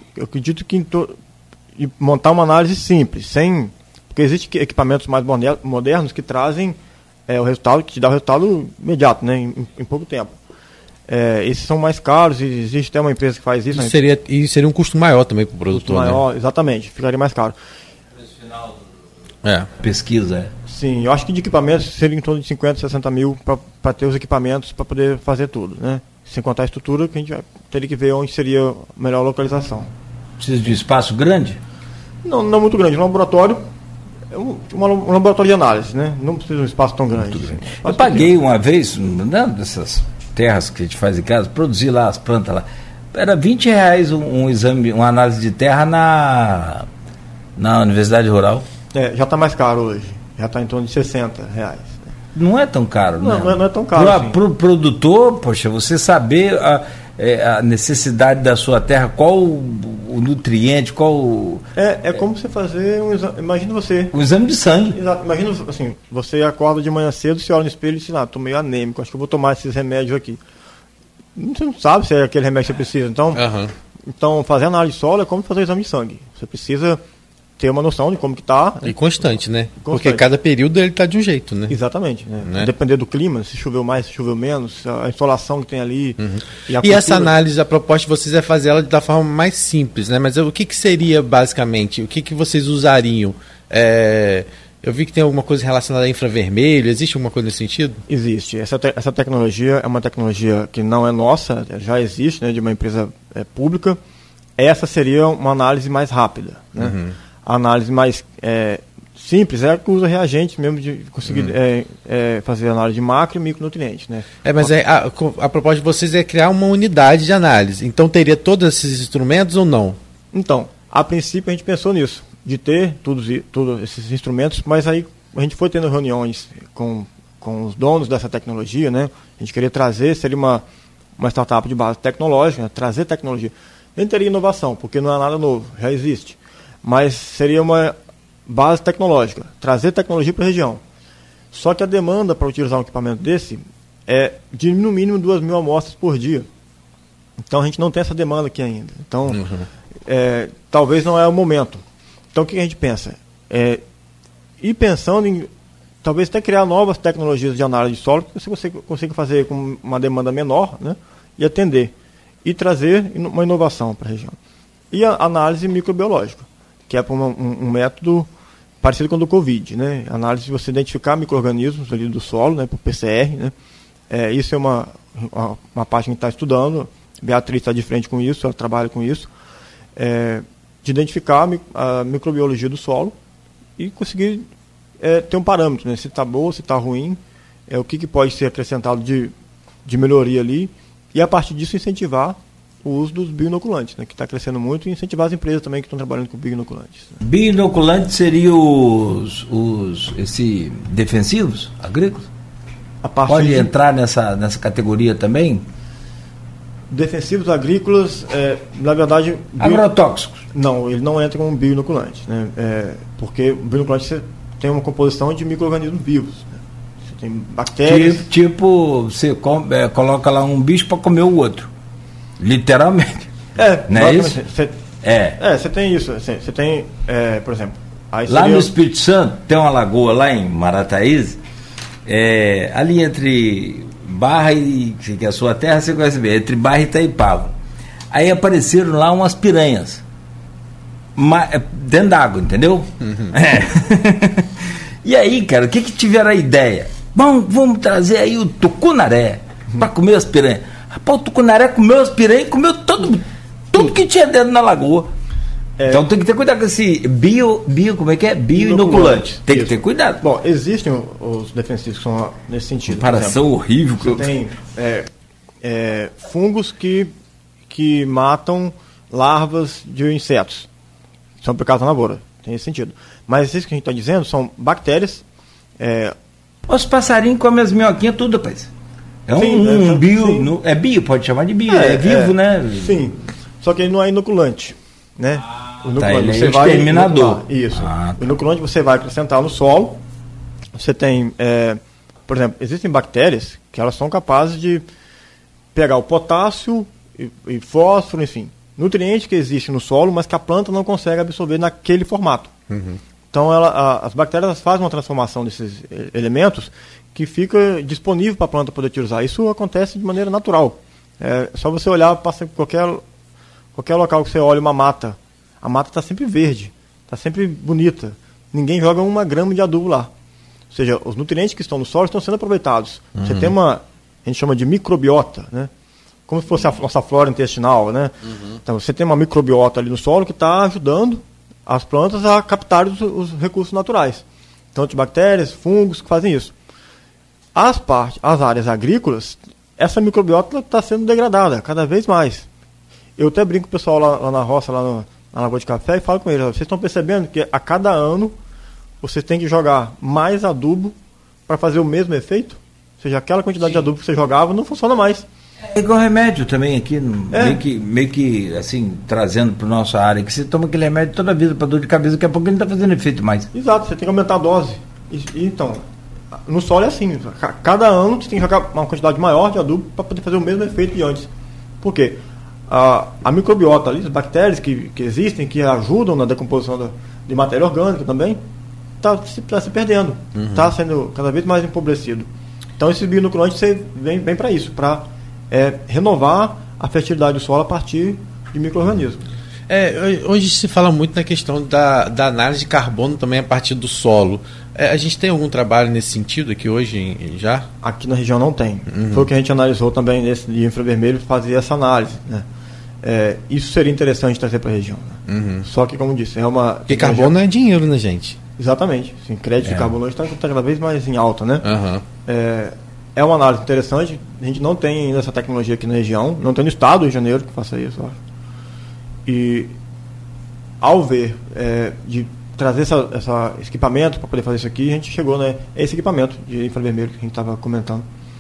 montar uma análise simples, porque existem equipamentos mais modernos que trazem o resultado, que te dá o resultado imediato, né, em pouco tempo. Esses são mais caros, e existe até uma empresa que faz isso. Seria um custo maior também para o produtor. Maior, né? Exatamente, ficaria mais caro. Preço final pesquisa. Sim, eu acho que de equipamentos seria em torno de 50, 60 mil para ter os equipamentos para poder fazer tudo, né? Sem contar a estrutura, que a gente teria que ver onde seria a melhor localização. Precisa de espaço grande? Não muito grande. Um laboratório um laboratório de análise, né? Não precisa de um espaço tão grande. Eu paguei uma vez, dessas terras que a gente faz em casa, produzi lá as plantas lá. Era R$20 um exame, uma análise de terra na Universidade Rural. Já está mais caro hoje. Já está em torno de R$60. Não é tão caro, né? Não é tão caro. Para o produtor, poxa, você saber a necessidade da sua terra, qual o nutriente, qual... É como você fazer um exame. Imagina você... Um exame de sangue. Exato. Imagina assim, você acorda de manhã cedo, se olha no espelho e diz, estou meio anêmico, acho que eu vou tomar esses remédios aqui. Você não sabe se é aquele remédio que você precisa. Então, fazer análise de solo é como fazer exame de sangue. Você precisa ter uma noção de como que está. E constante, né? Constante. Porque cada período ele está de um jeito, né? Exatamente. Né? Depender do clima, se choveu mais, se choveu menos, a insolação que tem ali. E essa análise, a proposta de vocês é fazer ela da forma mais simples, né? Mas o que seria basicamente? O que vocês usariam? Eu vi que tem alguma coisa relacionada a infravermelho. Existe alguma coisa nesse sentido? Existe. Essa tecnologia é uma tecnologia que não é nossa, já existe, né, de uma empresa pública. Essa seria uma análise mais rápida. Né? A análise mais simples é a que usa reagentes mesmo de conseguir fazer análise de macro e micronutrientes. Né? Mas a proposta de vocês é criar uma unidade de análise. Então teria todos esses instrumentos ou não? Então, a princípio a gente pensou nisso, de ter todos esses instrumentos, mas aí a gente foi tendo reuniões com os donos dessa tecnologia, né? A gente queria trazer, seria uma startup de base tecnológica, né? Trazer tecnologia. Nem teria inovação, porque não é nada novo, já existe. Mas seria uma base tecnológica, trazer tecnologia para a região. Só que a demanda para utilizar um equipamento desse é de no mínimo 2.000 amostras por dia. Então a gente não tem essa demanda aqui ainda. Então, talvez não é o momento. Então o que a gente pensa? Ir pensando em talvez até criar novas tecnologias de análise de solo que você consiga fazer com uma demanda menor, né, e atender. E trazer uma inovação para a região. E a análise microbiológica, que é um método parecido com o do Covid. Né? Análise de você identificar micro-organismos ali do solo, né, por PCR. Né? Isso é uma parte que a gente está estudando. Beatriz está de frente com isso, ela trabalha com isso. De identificar a microbiologia do solo e conseguir ter um parâmetro, né? Se está boa, se está ruim, o que pode ser acrescentado de melhoria ali, e a partir disso incentivar o uso dos bioinoculantes, né? Que está crescendo muito, e incentivar as empresas também que estão trabalhando com bioinoculantes. Né? Bioinoculantes seriam esses defensivos agrícolas? Pode entrar nessa categoria também? Defensivos agrícolas, na verdade... Agrotóxicos? Não, ele não entra como bioinoculante, né? Porque o bioinoculante você tem uma composição de micro-organismos vivos. Né? Você tem bactérias... Você coloca lá um bicho para comer o outro. Literalmente. Não é isso? Você tem isso. Você tem, por exemplo... Lá no Espírito Santo, tem uma lagoa lá em Marataízes, ali entre... Barra e que é a sua terra, você conhece bem, entre Barra e Itaipava. Aí apareceram lá umas piranhas dentro d'água, entendeu? E aí, cara, o que tiveram a ideia? Bom, vamos trazer aí o tucunaré para comer as piranhas. Rapaz, o tucunaré comeu as piranhas e comeu tudo que tinha dentro na lagoa. Então tem que ter cuidado com esse como é que é? Bioinoculante. Tem que ter cuidado. Bom, existem os defensivos que são nesse sentido. Comparação horrível. Você tem fungos que matam larvas de insetos. São aplicados na lavoura. Tem esse sentido. Mas isso que a gente está dizendo são bactérias. Os passarinhos comem as minhoquinhas tudo, rapaz. Bio, pode chamar de bio. É vivo, né? Sim. Só que ele não é inoculante. Né? O inoculante, ele é exterminador. Isso. O inoculante você vai acrescentar no solo. Você tem, por exemplo, existem bactérias que elas são capazes de pegar o potássio e fósforo, enfim, nutrientes que existem no solo, mas que a planta não consegue absorver naquele formato. Então as bactérias fazem uma transformação desses elementos que fica disponível para a planta poder utilizar. Isso acontece de maneira natural. É só você olhar, passa qualquer local que você olha uma mata, a mata está sempre verde, está sempre bonita. Ninguém joga 1 grama de adubo lá. Ou seja, os nutrientes que estão no solo estão sendo aproveitados. Você tem a gente chama de microbiota, né? Como se fosse a nossa flora intestinal, né? Então você tem uma microbiota ali no solo que está ajudando as plantas a captar os recursos naturais. Então, de bactérias, fungos que fazem isso. As áreas agrícolas, essa microbiota está sendo degradada cada vez mais. Eu até brinco com o pessoal lá na roça, lá na Lagoa de Café, e falo com eles: vocês estão percebendo que a cada ano vocês têm que jogar mais adubo para fazer o mesmo efeito? Ou seja, aquela quantidade de adubo que você jogava não funciona mais. É igual remédio também aqui, meio que assim, trazendo para nossa área, que você toma aquele remédio toda a vida para dor de cabeça, daqui a pouco ele não está fazendo efeito mais. Exato, você tem que aumentar a dose. Então, no solo é assim, cada ano você tem que jogar uma quantidade maior de adubo para poder fazer o mesmo efeito de antes. Por quê? A microbiota ali, as bactérias que existem, que ajudam na decomposição de matéria orgânica também, está se perdendo, está sendo cada vez mais empobrecido. Então esse bioinoculante vem para isso, para renovar a fertilidade do solo a partir de micro-organismos. Hoje se fala muito na questão da análise de carbono também a partir do solo. A gente tem algum trabalho nesse sentido aqui hoje já? Aqui na região não tem. Foi o que a gente analisou também nesse de infravermelho, fazer essa análise, né? Isso seria interessante trazer para a região, né? Só que, como disse, porque carbono é dinheiro, né, gente? Exatamente. Sim, crédito de carbono hoje está cada vez mais em alta, né? É uma análise interessante. A gente não tem ainda essa tecnologia aqui na região, não tem no estado do Rio de Janeiro que faça isso, eu acho. E ao ver de trazer esse equipamento para poder fazer isso aqui, a gente chegou, né? Esse equipamento de infravermelho que a gente estava comentando.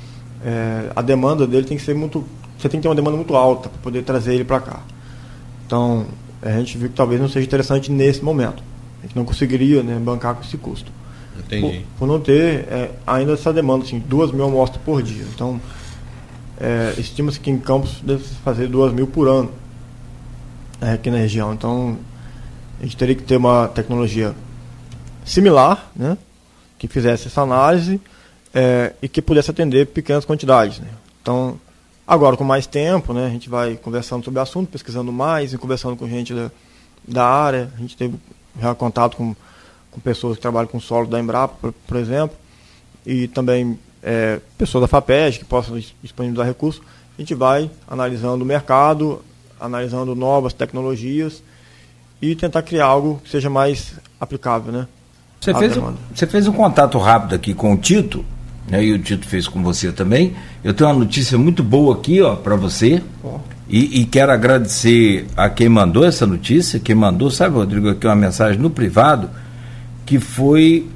A demanda dele tem que ser muito. Você tem que ter uma demanda muito alta para poder trazer ele para cá. Então, a gente viu que talvez não seja interessante nesse momento. A gente não conseguiria, né, bancar com esse custo. Entendi. Por não ter ainda essa demanda, assim, 2.000 amostras por dia. Então, estima-se que em Campos deve fazer 2.000 por ano aqui na região. Então, a gente teria que ter uma tecnologia similar, né, que fizesse essa análise e que pudesse atender pequenas quantidades, né. Então, agora com mais tempo, né, a gente vai conversando sobre o assunto, pesquisando mais e conversando com gente da área. A gente teve já contato com pessoas que trabalham com solo da Embrapa, por exemplo, e também pessoas da FAPESG que possam disponibilizar recursos. A gente vai analisando o mercado, analisando novas tecnologias e tentar criar algo que seja mais aplicável, né? Você fez um contato rápido aqui com o Tito, né, e o Tito fez com você também. Eu tenho uma notícia muito boa aqui, para você. E quero agradecer a quem mandou essa notícia. Quem mandou, sabe, Rodrigo, aqui uma mensagem no privado, que foi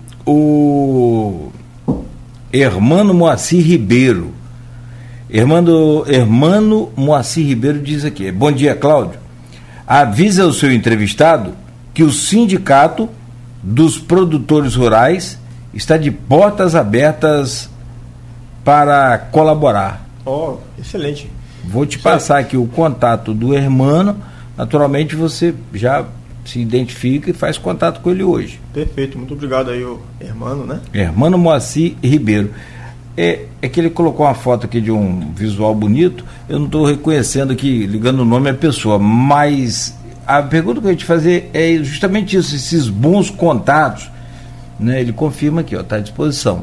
o Hermano Moacir Ribeiro. Hermano Moacir Ribeiro diz aqui: bom dia, Cláudio. Avisa o seu entrevistado que o Sindicato dos Produtores Rurais está de portas abertas para colaborar. Excelente. Vou te passar aqui o contato do Hermano. Naturalmente você já se identifica e faz contato com ele hoje. Perfeito, muito obrigado aí, o Hermano, né? Hermano Moacir Ribeiro. É que ele colocou uma foto aqui de um visual bonito. Eu não estou reconhecendo aqui, ligando o nome à pessoa, mas a pergunta que eu ia te fazer é justamente isso, esses bons contatos, né? Ele confirma aqui, está à disposição.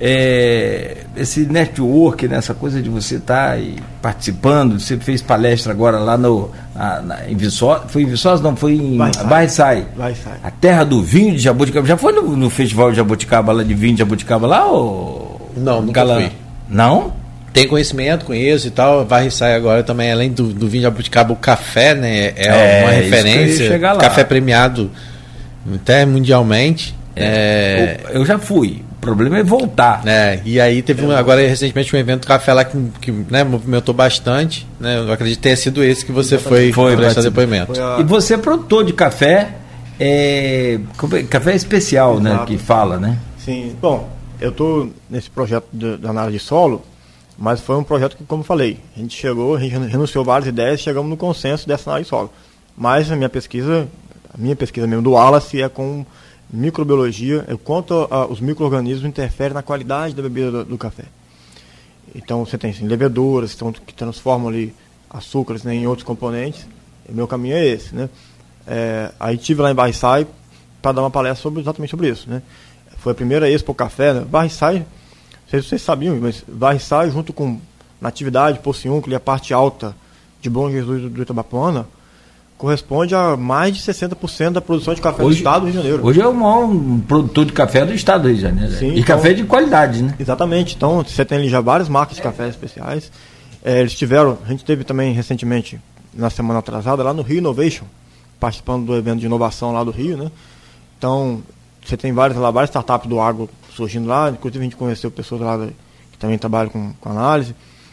Esse network, né, essa coisa de você estar participando. Você fez palestra agora lá em Viçosa. Foi em Viçosa? Não, foi em Barriçai. A terra do vinho de Jaboticaba. Já foi no Festival de Jaboticaba, lá de vinho de Jaboticaba lá? Não, nunca fui. Não? Tem conhecimento, conheço e tal. Barriçai agora também, além do vinho de Jaboticaba, o café, né, uma referência. Café premiado até mundialmente. Eu já fui. O problema é voltar. E aí teve agora recentemente um evento café lá que né, movimentou bastante, né? Eu acredito que tenha sido esse que você foi prestar depoimento. E você é produtor de café, café especial, exato, né? Que fala, né? Sim. Bom, eu estou nesse projeto de análise de solo, mas foi um projeto que, como eu falei, a gente renunciou várias ideias, chegamos no consenso dessa análise de solo. Mas a minha pesquisa mesmo do Wallace é com microbiologia, o quanto os micro-organismos interferem na qualidade da bebida do café. Então você tem leveduras que transformam ali açúcares, né, em outros componentes. O meu caminho é esse, né? Aí estive lá em Barriçai para dar uma palestra exatamente sobre isso, né? Foi a primeira Expo Café, né? Barriçai, não sei se vocês sabiam, mas Barriçai junto com Natividade, Pociúnculo e a parte alta de Bom Jesus do Itabapuana corresponde a mais de 60% da produção de café do estado do Rio de Janeiro. Hoje é o maior produtor de café do estado do Rio de Janeiro. Sim, e então, café de qualidade, né? Exatamente. Então, você tem ali já várias marcas de cafés especiais. A gente teve também recentemente, na semana atrasada, lá no Rio Innovation, participando do evento de inovação lá do Rio, né? Então, você tem várias startups do agro surgindo lá, inclusive a gente conheceu pessoas lá que também trabalham com análise.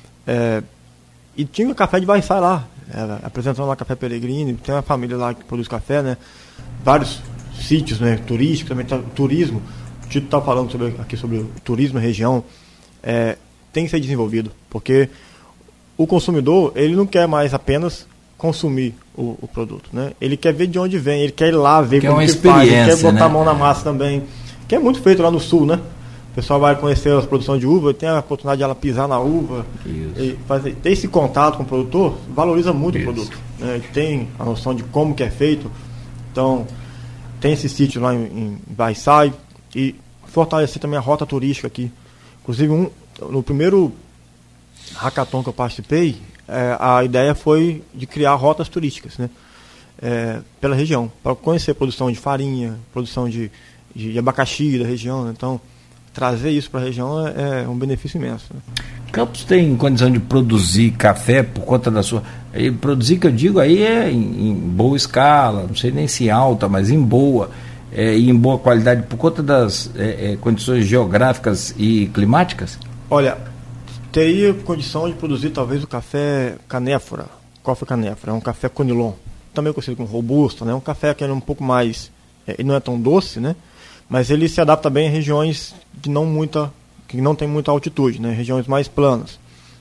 E tinha um café de Barriçai lá, apresentando lá Café Peregrino, tem uma família lá que produz café, né? Vários sítios, né, turísticos, também turismo. O Tito está falando sobre o turismo na região, tem que ser desenvolvido, porque o consumidor, ele não quer mais apenas consumir o produto, né? Ele quer ver de onde vem, ele quer ir lá ver como que faz, ele quer botar né? a mão na massa também, que é muito feito lá no sul, né? O pessoal vai conhecer a produção de uva, tem a oportunidade de ela pisar na uva, e ter esse contato com o produtor, valoriza muito o produto, né? Ele tem a noção de como que é feito. Então, tem esse sítio lá em Baixai, e fortalecer também a rota turística aqui. Inclusive, no primeiro hackathon que eu participei, a ideia foi de criar rotas turísticas, né? Pela região, para conhecer a produção de farinha, produção de abacaxi da região, né? Então, trazer isso para a região é um benefício imenso, né? Campos tem condição de produzir café por conta da sua... Produzir, que eu digo, aí é em boa escala, não sei nem se alta, mas em boa, e em boa qualidade, por conta das condições geográficas e climáticas? Olha, teria condição de produzir talvez o café canéfora, coffee canéfora, é um café conilon, também conhecido como robusta, né? Um café que é um pouco mais, ele não é tão doce, né? Mas ele se adapta bem a regiões que não tem muita altitude, né? Regiões mais planas.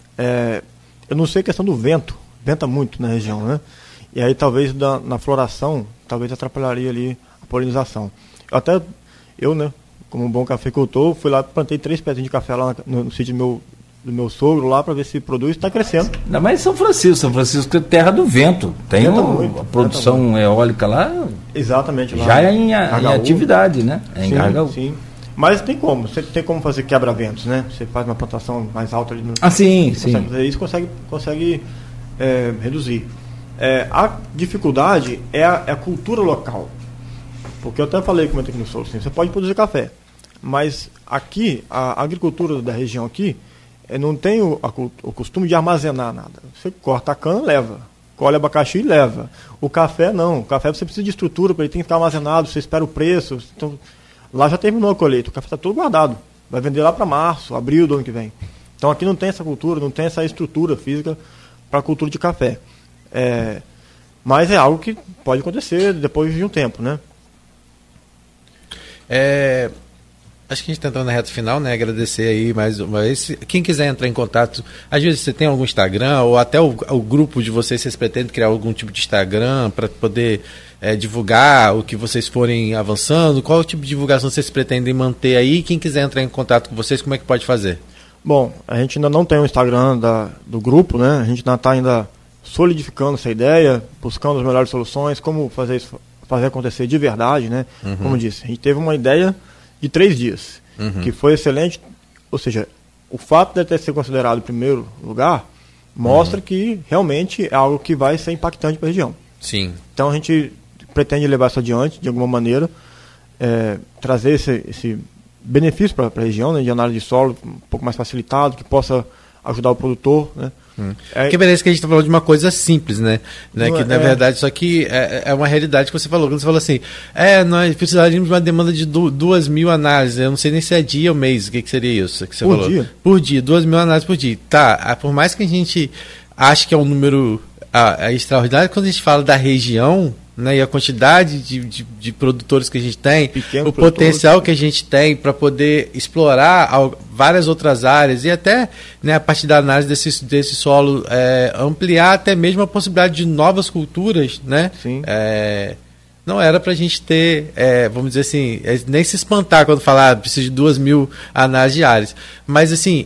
Eu não sei a questão do vento, venta muito na região, né? E aí talvez na floração, talvez atrapalharia ali a polinização. Eu, né, como um bom cafeicultor, fui lá, plantei 3 pezinhos de café lá no sítio do meu sogro lá para ver se produz, está crescendo. Ainda mais São Francisco é terra do vento. Tem a produção eólica lá. Exatamente. Lá já é em atividade, né? Em Gargaú. Sim. Mas tem como. Você tem como fazer quebra-ventos, né? Você faz uma plantação mais alta ali no. Sim. Consegue fazer isso, consegue reduzir. A dificuldade é a cultura local. Porque eu até falei com o meu técnico, assim, você pode produzir café, mas aqui, a agricultura da região aqui, não tem o costume de armazenar nada. Você corta a cana, leva. Colhe abacaxi e leva. O café não. O café você precisa de estrutura, para ele tem que ficar armazenado, você espera o preço. Então, lá já terminou a colheita, o café está todo guardado. Vai vender lá para março, abril do ano que vem. Então aqui não tem essa cultura, não tem essa estrutura física para a cultura de café. Mas é algo que pode acontecer depois de um tempo, né? Acho que a gente está entrando na reta final, né? Agradecer aí mais uma vez. Quem quiser entrar em contato, às vezes você tem algum Instagram, ou até o grupo de vocês pretendem criar algum tipo de Instagram para poder divulgar o que vocês forem avançando? Qual tipo de divulgação vocês pretendem manter aí? Quem quiser entrar em contato com vocês, como é que pode fazer? Bom, a gente ainda não tem o Instagram do grupo, né? A gente ainda está solidificando essa ideia, buscando as melhores soluções, como fazer acontecer de verdade, né? Uhum. Como eu disse, a gente teve uma ideia de 3 dias, que foi excelente, ou seja, o fato de ter sido considerado em primeiro lugar mostra que realmente é algo que vai ser impactante para a região. Sim. Então a gente pretende levar isso adiante de alguma maneira, trazer esse benefício para a região, né, de análise de solo um pouco mais facilitado, que possa ajudar o produtor, né? Que beleza que a gente está falando de uma coisa simples, né? Que na verdade isso aqui é uma realidade que você falou. Quando você falou assim, nós precisaríamos de uma demanda de 2.000 análises. Eu não sei nem se é dia ou mês, o que seria isso que você falou? Dia. Por dia, 2.000 análises por dia. Tá, por mais que a gente ache que é um número extraordinário, quando a gente fala da região, né, e a quantidade de produtores que a gente tem, o potencial que a gente tem para poder explorar várias outras áreas e até, né, a partir da análise desse solo ampliar até mesmo a possibilidade de novas culturas, né? Sim. Não era para a gente ter, vamos dizer assim, nem se espantar quando falar precisa de 2.000 análises diárias, mas assim,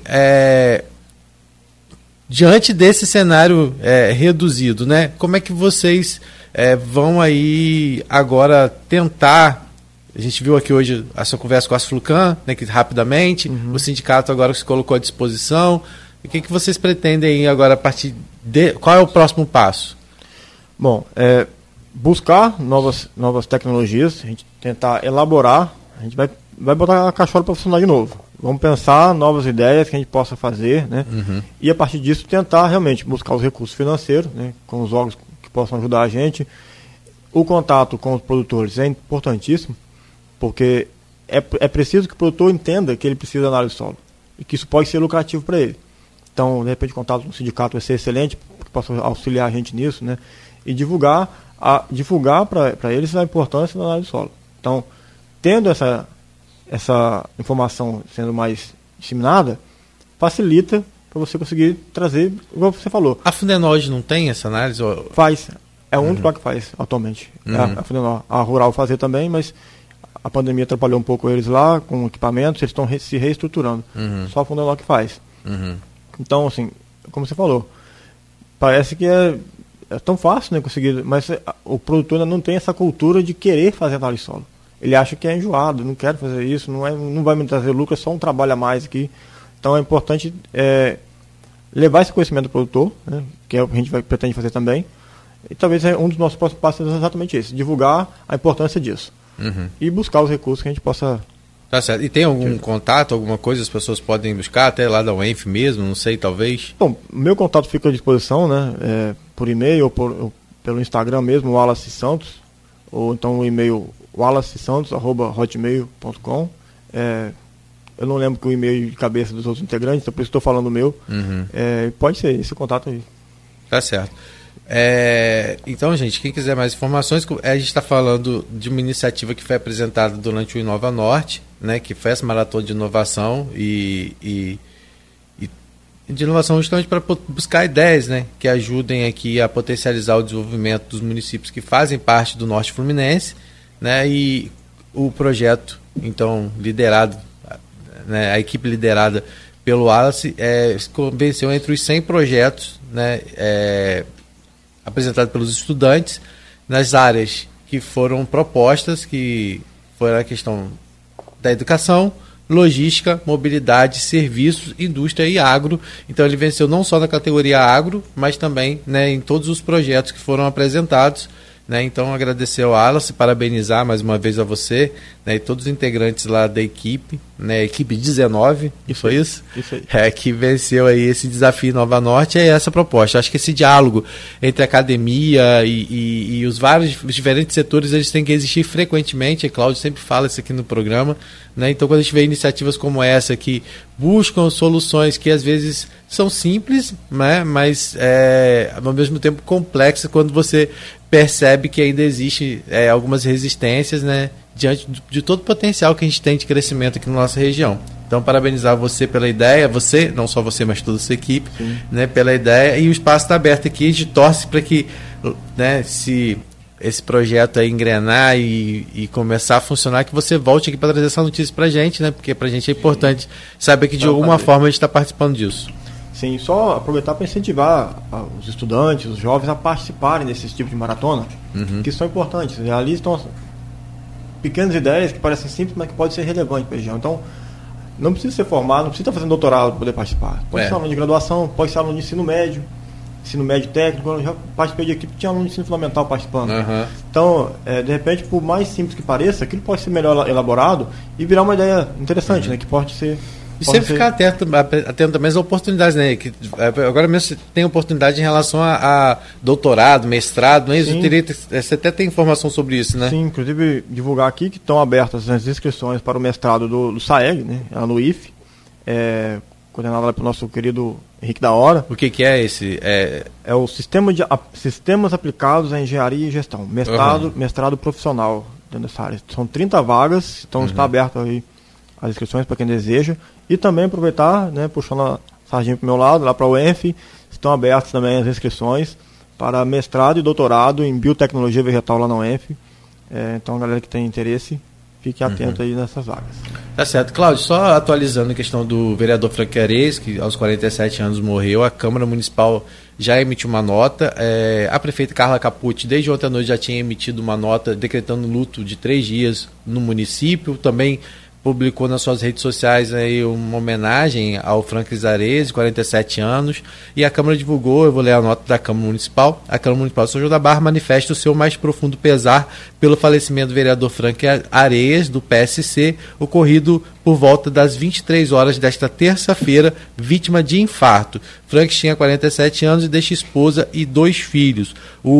diante desse cenário reduzido, né, como é que vocês vão aí agora tentar? A gente viu aqui hoje a sua conversa com a Asflucan, né, que rapidamente, o sindicato agora se colocou à disposição. O que vocês pretendem agora a partir de... Qual é o próximo passo? Bom, buscar novas tecnologias, a gente tentar elaborar, a gente vai botar a cachola para funcionar de novo. Vamos pensar novas ideias que a gente possa fazer, né? E a partir disso tentar realmente buscar os recursos financeiros, né, com os órgãos que possam ajudar a gente. O contato com os produtores é importantíssimo, porque é preciso que o produtor entenda que ele precisa de análise de solo e que isso pode ser lucrativo para ele. Então, de repente, o contato com o sindicato vai ser excelente, porque possa auxiliar a gente nisso, né? E divulgar para eles a importância da análise de solo. Então, tendo essa informação sendo mais disseminada, facilita para você conseguir trazer, igual você falou. A Fundenor hoje não tem essa análise? Faz. É o único lá que faz atualmente. A Fundenor, a Rural fazer também, mas a pandemia atrapalhou um pouco eles lá com equipamentos, eles estão se reestruturando. Só a Fundenor que faz. Então, assim, como você falou, parece que é tão fácil, né, conseguir, mas o produtor ainda não tem essa cultura de querer fazer análise solo. Ele acha que é enjoado, não quero fazer isso, não vai me trazer lucro, é só um trabalho a mais aqui. Então é importante levar esse conhecimento do produtor, né, que é o que a gente pretende fazer também. E talvez um dos nossos próximos passos seja exatamente esse, divulgar a importância disso. E buscar os recursos que a gente possa... Tá certo. E tem algum contato, alguma coisa as pessoas podem buscar, até lá da UENF mesmo, não sei, talvez? Bom, meu contato fica à disposição, né, por e-mail ou pelo Instagram mesmo, Wallace Santos, ou então o e-mail wallacesantos@hotmail.com. Eu não lembro que o e-mail de cabeça dos outros integrantes, então por isso estou falando o meu. Pode ser esse contato aí. Tá certo. Então, gente, quem quiser mais informações, a gente está falando de uma iniciativa que foi apresentada durante o Inova Norte, né, que foi essa maratona de inovação e de inovação justamente para buscar ideias, né, que ajudem aqui a potencializar o desenvolvimento dos municípios que fazem parte do Norte Fluminense, né, e o projeto, então, liderado, né, a equipe liderada pelo Wallace, convenceu entre os 100 projetos, né, apresentado pelos estudantes nas áreas que foram propostas, que foram a questão da educação, logística, mobilidade, serviços, indústria e agro. Então ele venceu não só na categoria agro, mas também, né, em todos os projetos que foram apresentados, né? Então agradecer ao Wallace, parabenizar mais uma vez a você, né, e todos os integrantes lá da equipe, né, equipe 19, foi isso? Isso aí. Que venceu aí esse desafio Nova Norte, é essa proposta. Acho que esse diálogo entre a academia e os diferentes setores, eles têm que existir frequentemente, a Cláudio sempre fala isso aqui no programa, né? Então quando a gente vê iniciativas como essa que buscam soluções que às vezes são simples, né, mas ao mesmo tempo complexas, quando você percebe que ainda existe algumas resistências, né, diante de todo o potencial que a gente tem de crescimento aqui na nossa região. Então, parabenizar você pela ideia, você, não só você, mas toda a sua equipe, né, pela ideia, e o espaço está aberto aqui, a gente torce para que, né, se esse projeto aí engrenar e começar a funcionar, que você volte aqui para trazer essa notícia para a gente, né, porque para a gente é importante saber que de alguma forma a gente está participando disso. Sim, só aproveitar para incentivar os estudantes, os jovens a participarem desse tipo de maratona, que são importantes. Ali estão pequenas ideias que parecem simples, mas que podem ser relevantes para a região. Então, não precisa ser formado, não precisa estar fazendo doutorado para poder participar. Pode ser aluno de graduação, pode ser aluno de ensino médio técnico. Eu já participei de equipe que tinha aluno de ensino fundamental participando. Então, de repente, por mais simples que pareça, aquilo pode ser melhor elaborado e virar uma ideia interessante, né, que pode ser... E sempre ficar atento também às oportunidades, né? Que, agora mesmo você tem oportunidade em relação a doutorado, mestrado, não é isso? Você até tem informação sobre isso, né? Sim, inclusive divulgar aqui que estão abertas as inscrições para o mestrado do SAEG, né? Lá no IFE, coordenado lá pelo nosso querido Henrique da Hora. O que é esse? É o Sistemas Aplicados à Engenharia e Gestão, mestrado profissional dentro dessa área. São 30 vagas, então está aberto aí as inscrições para quem deseja. E também aproveitar, né, puxando a sardinha para o meu lado, lá para a UENF, estão abertas também as inscrições para mestrado e doutorado em biotecnologia vegetal lá na UENF. Então, a galera que tem interesse, fique atento aí nessas vagas. Tá certo. Cláudio, só atualizando a questão do vereador Frank Ares, que aos 47 anos morreu, a Câmara Municipal já emitiu uma nota. A prefeita Carla Capucci, desde ontem à noite, já tinha emitido uma nota decretando luto de 3 dias no município. Também publicou nas suas redes sociais aí uma homenagem ao Frank Ares, de 47 anos, e a Câmara divulgou, eu vou ler a nota da Câmara Municipal. A Câmara Municipal de São João da Barra manifesta o seu mais profundo pesar pelo falecimento do vereador Frank Ares, do PSC, ocorrido por volta das 23 horas desta terça-feira, vítima de infarto. Frank tinha 47 anos e deixa esposa e 2 filhos.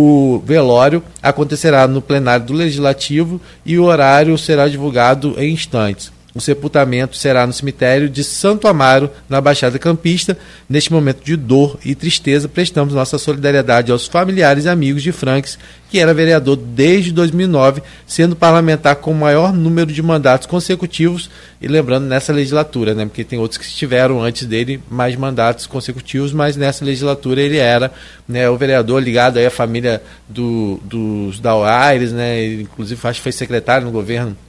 O velório acontecerá no plenário do Legislativo e o horário será divulgado em instantes. O sepultamento será no cemitério de Santo Amaro, na Baixada Campista. Neste momento de dor e tristeza, prestamos nossa solidariedade aos familiares e amigos de Franks, que era vereador desde 2009, sendo parlamentar com o maior número de mandatos consecutivos, e lembrando, nessa legislatura, né, porque tem outros que tiveram antes dele mais mandatos consecutivos, mas nessa legislatura ele era, né, o vereador ligado aí à família dos Dauaires, né, ele, inclusive acho que foi secretário no governo,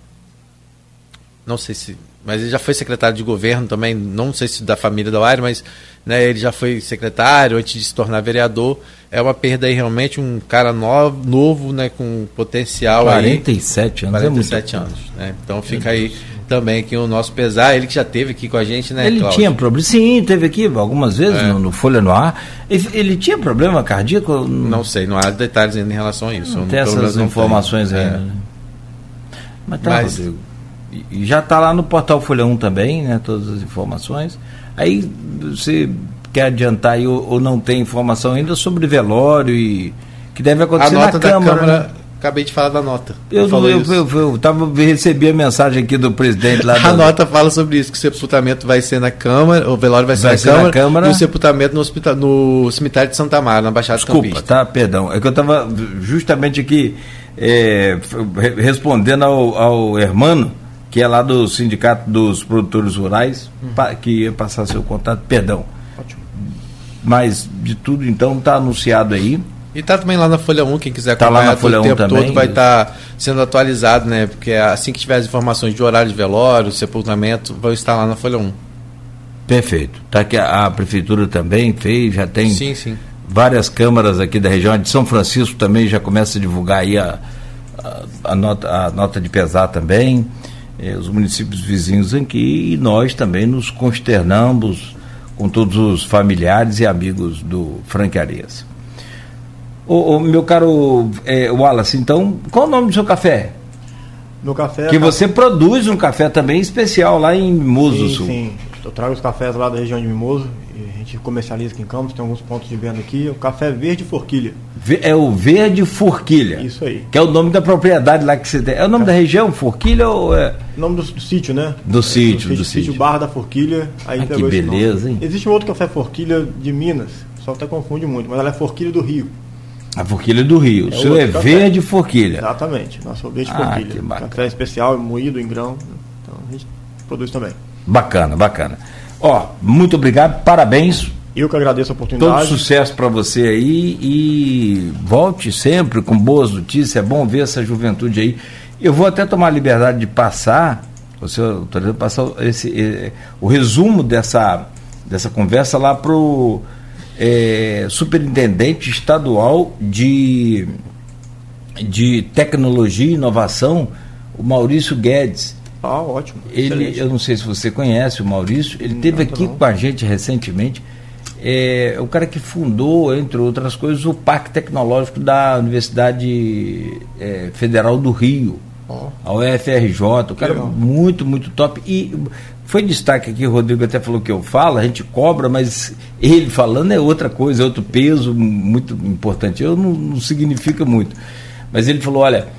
não sei se, mas ele já foi secretário de governo também, não sei se da família Dauaire, mas, né, ele já foi secretário antes de se tornar vereador. É uma perda aí, realmente, um cara novo, né, com potencial 47 aí. anos. 47 anos, né? Então fica aí também aqui o nosso pesar. Ele que já esteve aqui com a gente, né, Ele Cláudio? tinha problema, sim, teve aqui algumas vezes no Folha no Ar. Ele tinha problema cardíaco? Não sei, não há detalhes ainda em relação a isso. Não tem essas informações ainda, né? Mas tá, Rodrigo. E já está lá no portal Folha 1 também, né, todas as informações. Aí você quer adiantar aí ou não tem informação ainda sobre velório e que deve acontecer a nota na Câmara, né? Acabei de falar da nota. Eu recebi a mensagem aqui do presidente lá. A nota fala sobre isso, que o sepultamento vai ser na Câmara, o velório vai ser na Câmara e o sepultamento no cemitério de Santa Amaro, na Baixada Campista. Desculpa, tá, perdão. É que eu estava justamente aqui respondendo ao Hermano, que é lá do Sindicato dos Produtores Rurais, que ia passar seu contato, perdão. Ótimo. Mas de tudo, então, está anunciado aí. E está também lá na Folha 1, quem quiser acompanhar, lá na Folha 1 o tempo também, todo vai estar sendo atualizado, né? Porque assim que tiver as informações de horário de velório, sepultamento, vão estar lá na Folha 1. Perfeito. Tá que a Prefeitura também fez, já tem sim. várias câmaras aqui da região, de São Francisco também já começa a divulgar aí a nota de pesar também. Os municípios vizinhos aqui, e nós também nos consternamos com todos os familiares e amigos do Frank Arias. Meu caro Wallace, então, qual o nome do seu café? Meu café... Que você produz um café também especial lá em Mimoso Sul. Sim, eu trago os cafés lá da região de Mimoso, e a gente comercializa aqui em Campos, tem alguns pontos de venda aqui. O café Verde Forquilha. É o Verde Forquilha. Isso aí. Que é o nome da propriedade lá que você tem. É o nome da região, Forquilha, ou é? O nome do sítio, né? Do sítio. Barra da Forquilha. Aí que beleza, hein? Existe um outro café Forquilha de Minas, só até confunde muito, mas ela é Forquilha do Rio. A Forquilha do Rio. O seu é Verde Forquilha. Exatamente. Nosso é Verde Forquilha. Que bacana. Café especial, moído em grão. Então a gente produz também. Bacana. Muito obrigado, parabéns. Eu que agradeço a oportunidade. Todo sucesso para você aí e volte sempre com boas notícias. É bom ver essa juventude aí. Eu vou até tomar a liberdade de passar, o resumo dessa conversa lá para o superintendente estadual de tecnologia e inovação, o Maurício Guedes. Ótimo. Eu não sei se você conhece o Maurício, ele esteve aqui com a gente recentemente. O cara que fundou, entre outras coisas, o Parque Tecnológico da Universidade Federal do Rio, a UFRJ. O cara muito, muito top. E foi destaque aqui, o Rodrigo até falou que eu falo, a gente cobra, mas ele falando é outra coisa, é outro peso muito importante. Eu não significa muito. Mas ele falou, olha,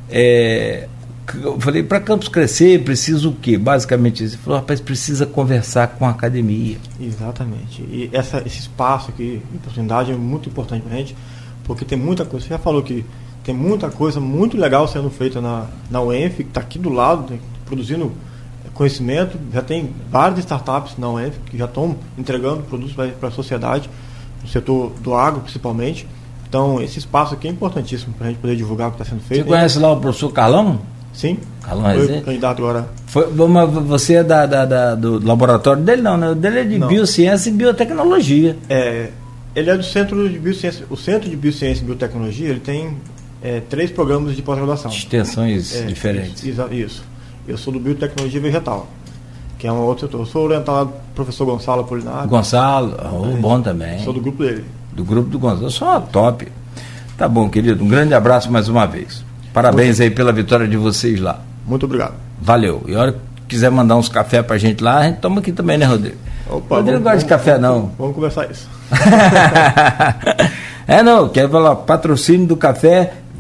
eu falei, para Campos crescer, precisa o quê? Basicamente isso. Ele falou, rapaz, precisa conversar com a academia. Exatamente. E esse espaço aqui, oportunidade, é muito importante para a gente, porque tem muita coisa. Você já falou que tem muita coisa muito legal sendo feita na UENF, que está aqui do lado, produzindo conhecimento. Já tem várias startups na UENF que já estão entregando produtos para a sociedade, no setor do agro principalmente. Então, esse espaço aqui é importantíssimo para a gente poder divulgar o que está sendo feito. Você conhece lá o professor Carlão? Sim. Carlão Rezende? Candidato agora. Mas você é do laboratório dele? Não, né? O dele é de Biociência e Biotecnologia. Ele é do Centro de Biociência. O Centro de Biociência e Biotecnologia, ele tem 3 programas de pós-graduação. Extensões diferentes. Isso. Eu sou do Biotecnologia Vegetal, que é um outro setor. Eu sou orientado pelo professor Gonçalo Apolinário. Bom também. Sou do grupo dele. Do grupo do Gonçalo. Só top. Tá bom, querido. Um grande abraço mais uma vez. Parabéns aí pela vitória de vocês lá. Muito obrigado. Valeu. E a hora que quiser mandar uns café pra gente lá, a gente toma aqui também, né, Rodrigo? Opa, Rodrigo não gosta de café, não. Vamos conversar isso. Quero falar, patrocínio do café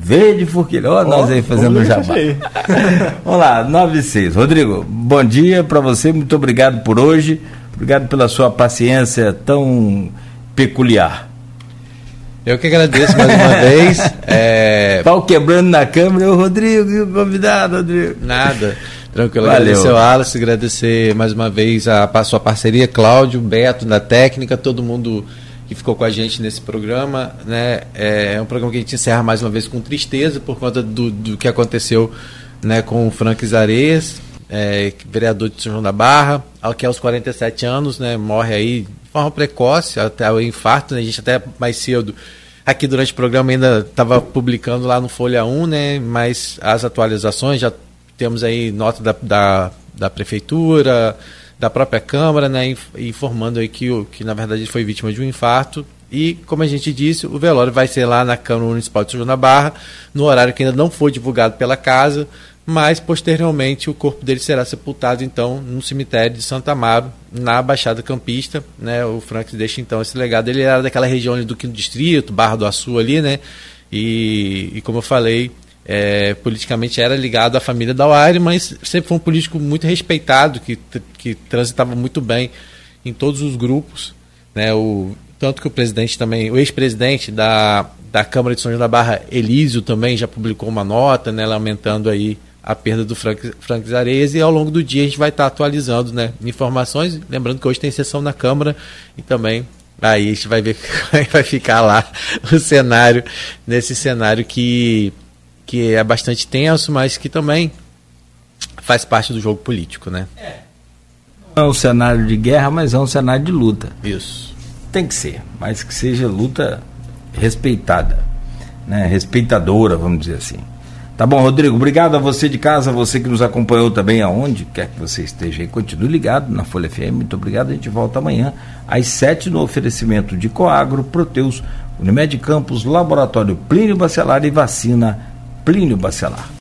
Verde Forquilha. Ó, nós aí fazendo o jabá. Vamos lá, 9:06. Rodrigo, bom dia para você, muito obrigado por hoje, obrigado pela sua paciência tão peculiar. Eu que agradeço mais uma vez. Pau quebrando na câmera, o Rodrigo e o convidado, Rodrigo. Nada, tranquilo. Valeu. Agradecer ao Wallace, agradecer mais uma vez a sua parceria, Cláudio, Beto, da técnica, todo mundo que ficou com a gente nesse programa, né? É um programa que a gente encerra mais uma vez com tristeza por conta do que aconteceu, né, com o Franklin Areias, vereador de São João da Barra, que aos 47 anos, né, morre aí de forma precoce, até o infarto, né? A gente até mais cedo aqui durante o programa ainda estava publicando lá no Folha 1, né, mas as atualizações já temos aí nota da Prefeitura, da própria Câmara, né, informando aí que na verdade ele foi vítima de um infarto. E, como a gente disse, o velório vai ser lá na Câmara Municipal de São João da Barra, no horário que ainda não foi divulgado pela casa, mas posteriormente o corpo dele será sepultado então no cemitério de Santa Amaro, na Baixada Campista, né? O Franklin deixa então esse legado. Ele era daquela região ali do Quinto Distrito, Barra do Açu ali, né? E como eu falei, politicamente era ligado à família Dauaire, mas sempre foi um político muito respeitado, que transitava muito bem em todos os grupos, né? Tanto que o presidente também, o ex-presidente da Câmara de São João da Barra, Elísio, também já publicou uma nota, né, lamentando aí a perda do Franklin Areias, e ao longo do dia a gente vai estar atualizando, né, informações, lembrando que hoje tem sessão na Câmara e também aí a gente vai ver como vai ficar lá o cenário, nesse cenário que é bastante tenso, mas que também faz parte do jogo político, né? Não é um cenário de guerra, mas é um cenário de luta. Isso. Tem que ser, mas que seja luta respeitada, né? Respeitadora, vamos dizer assim. Tá bom, Rodrigo, obrigado a você de casa, você que nos acompanhou também aonde quer que você esteja aí, continue ligado na Folha FM, muito obrigado, a gente volta amanhã às 7 no oferecimento de Coagro, Proteus, Unimed Campos, Laboratório Plínio Bacelar e Vacina Plínio Bacelar.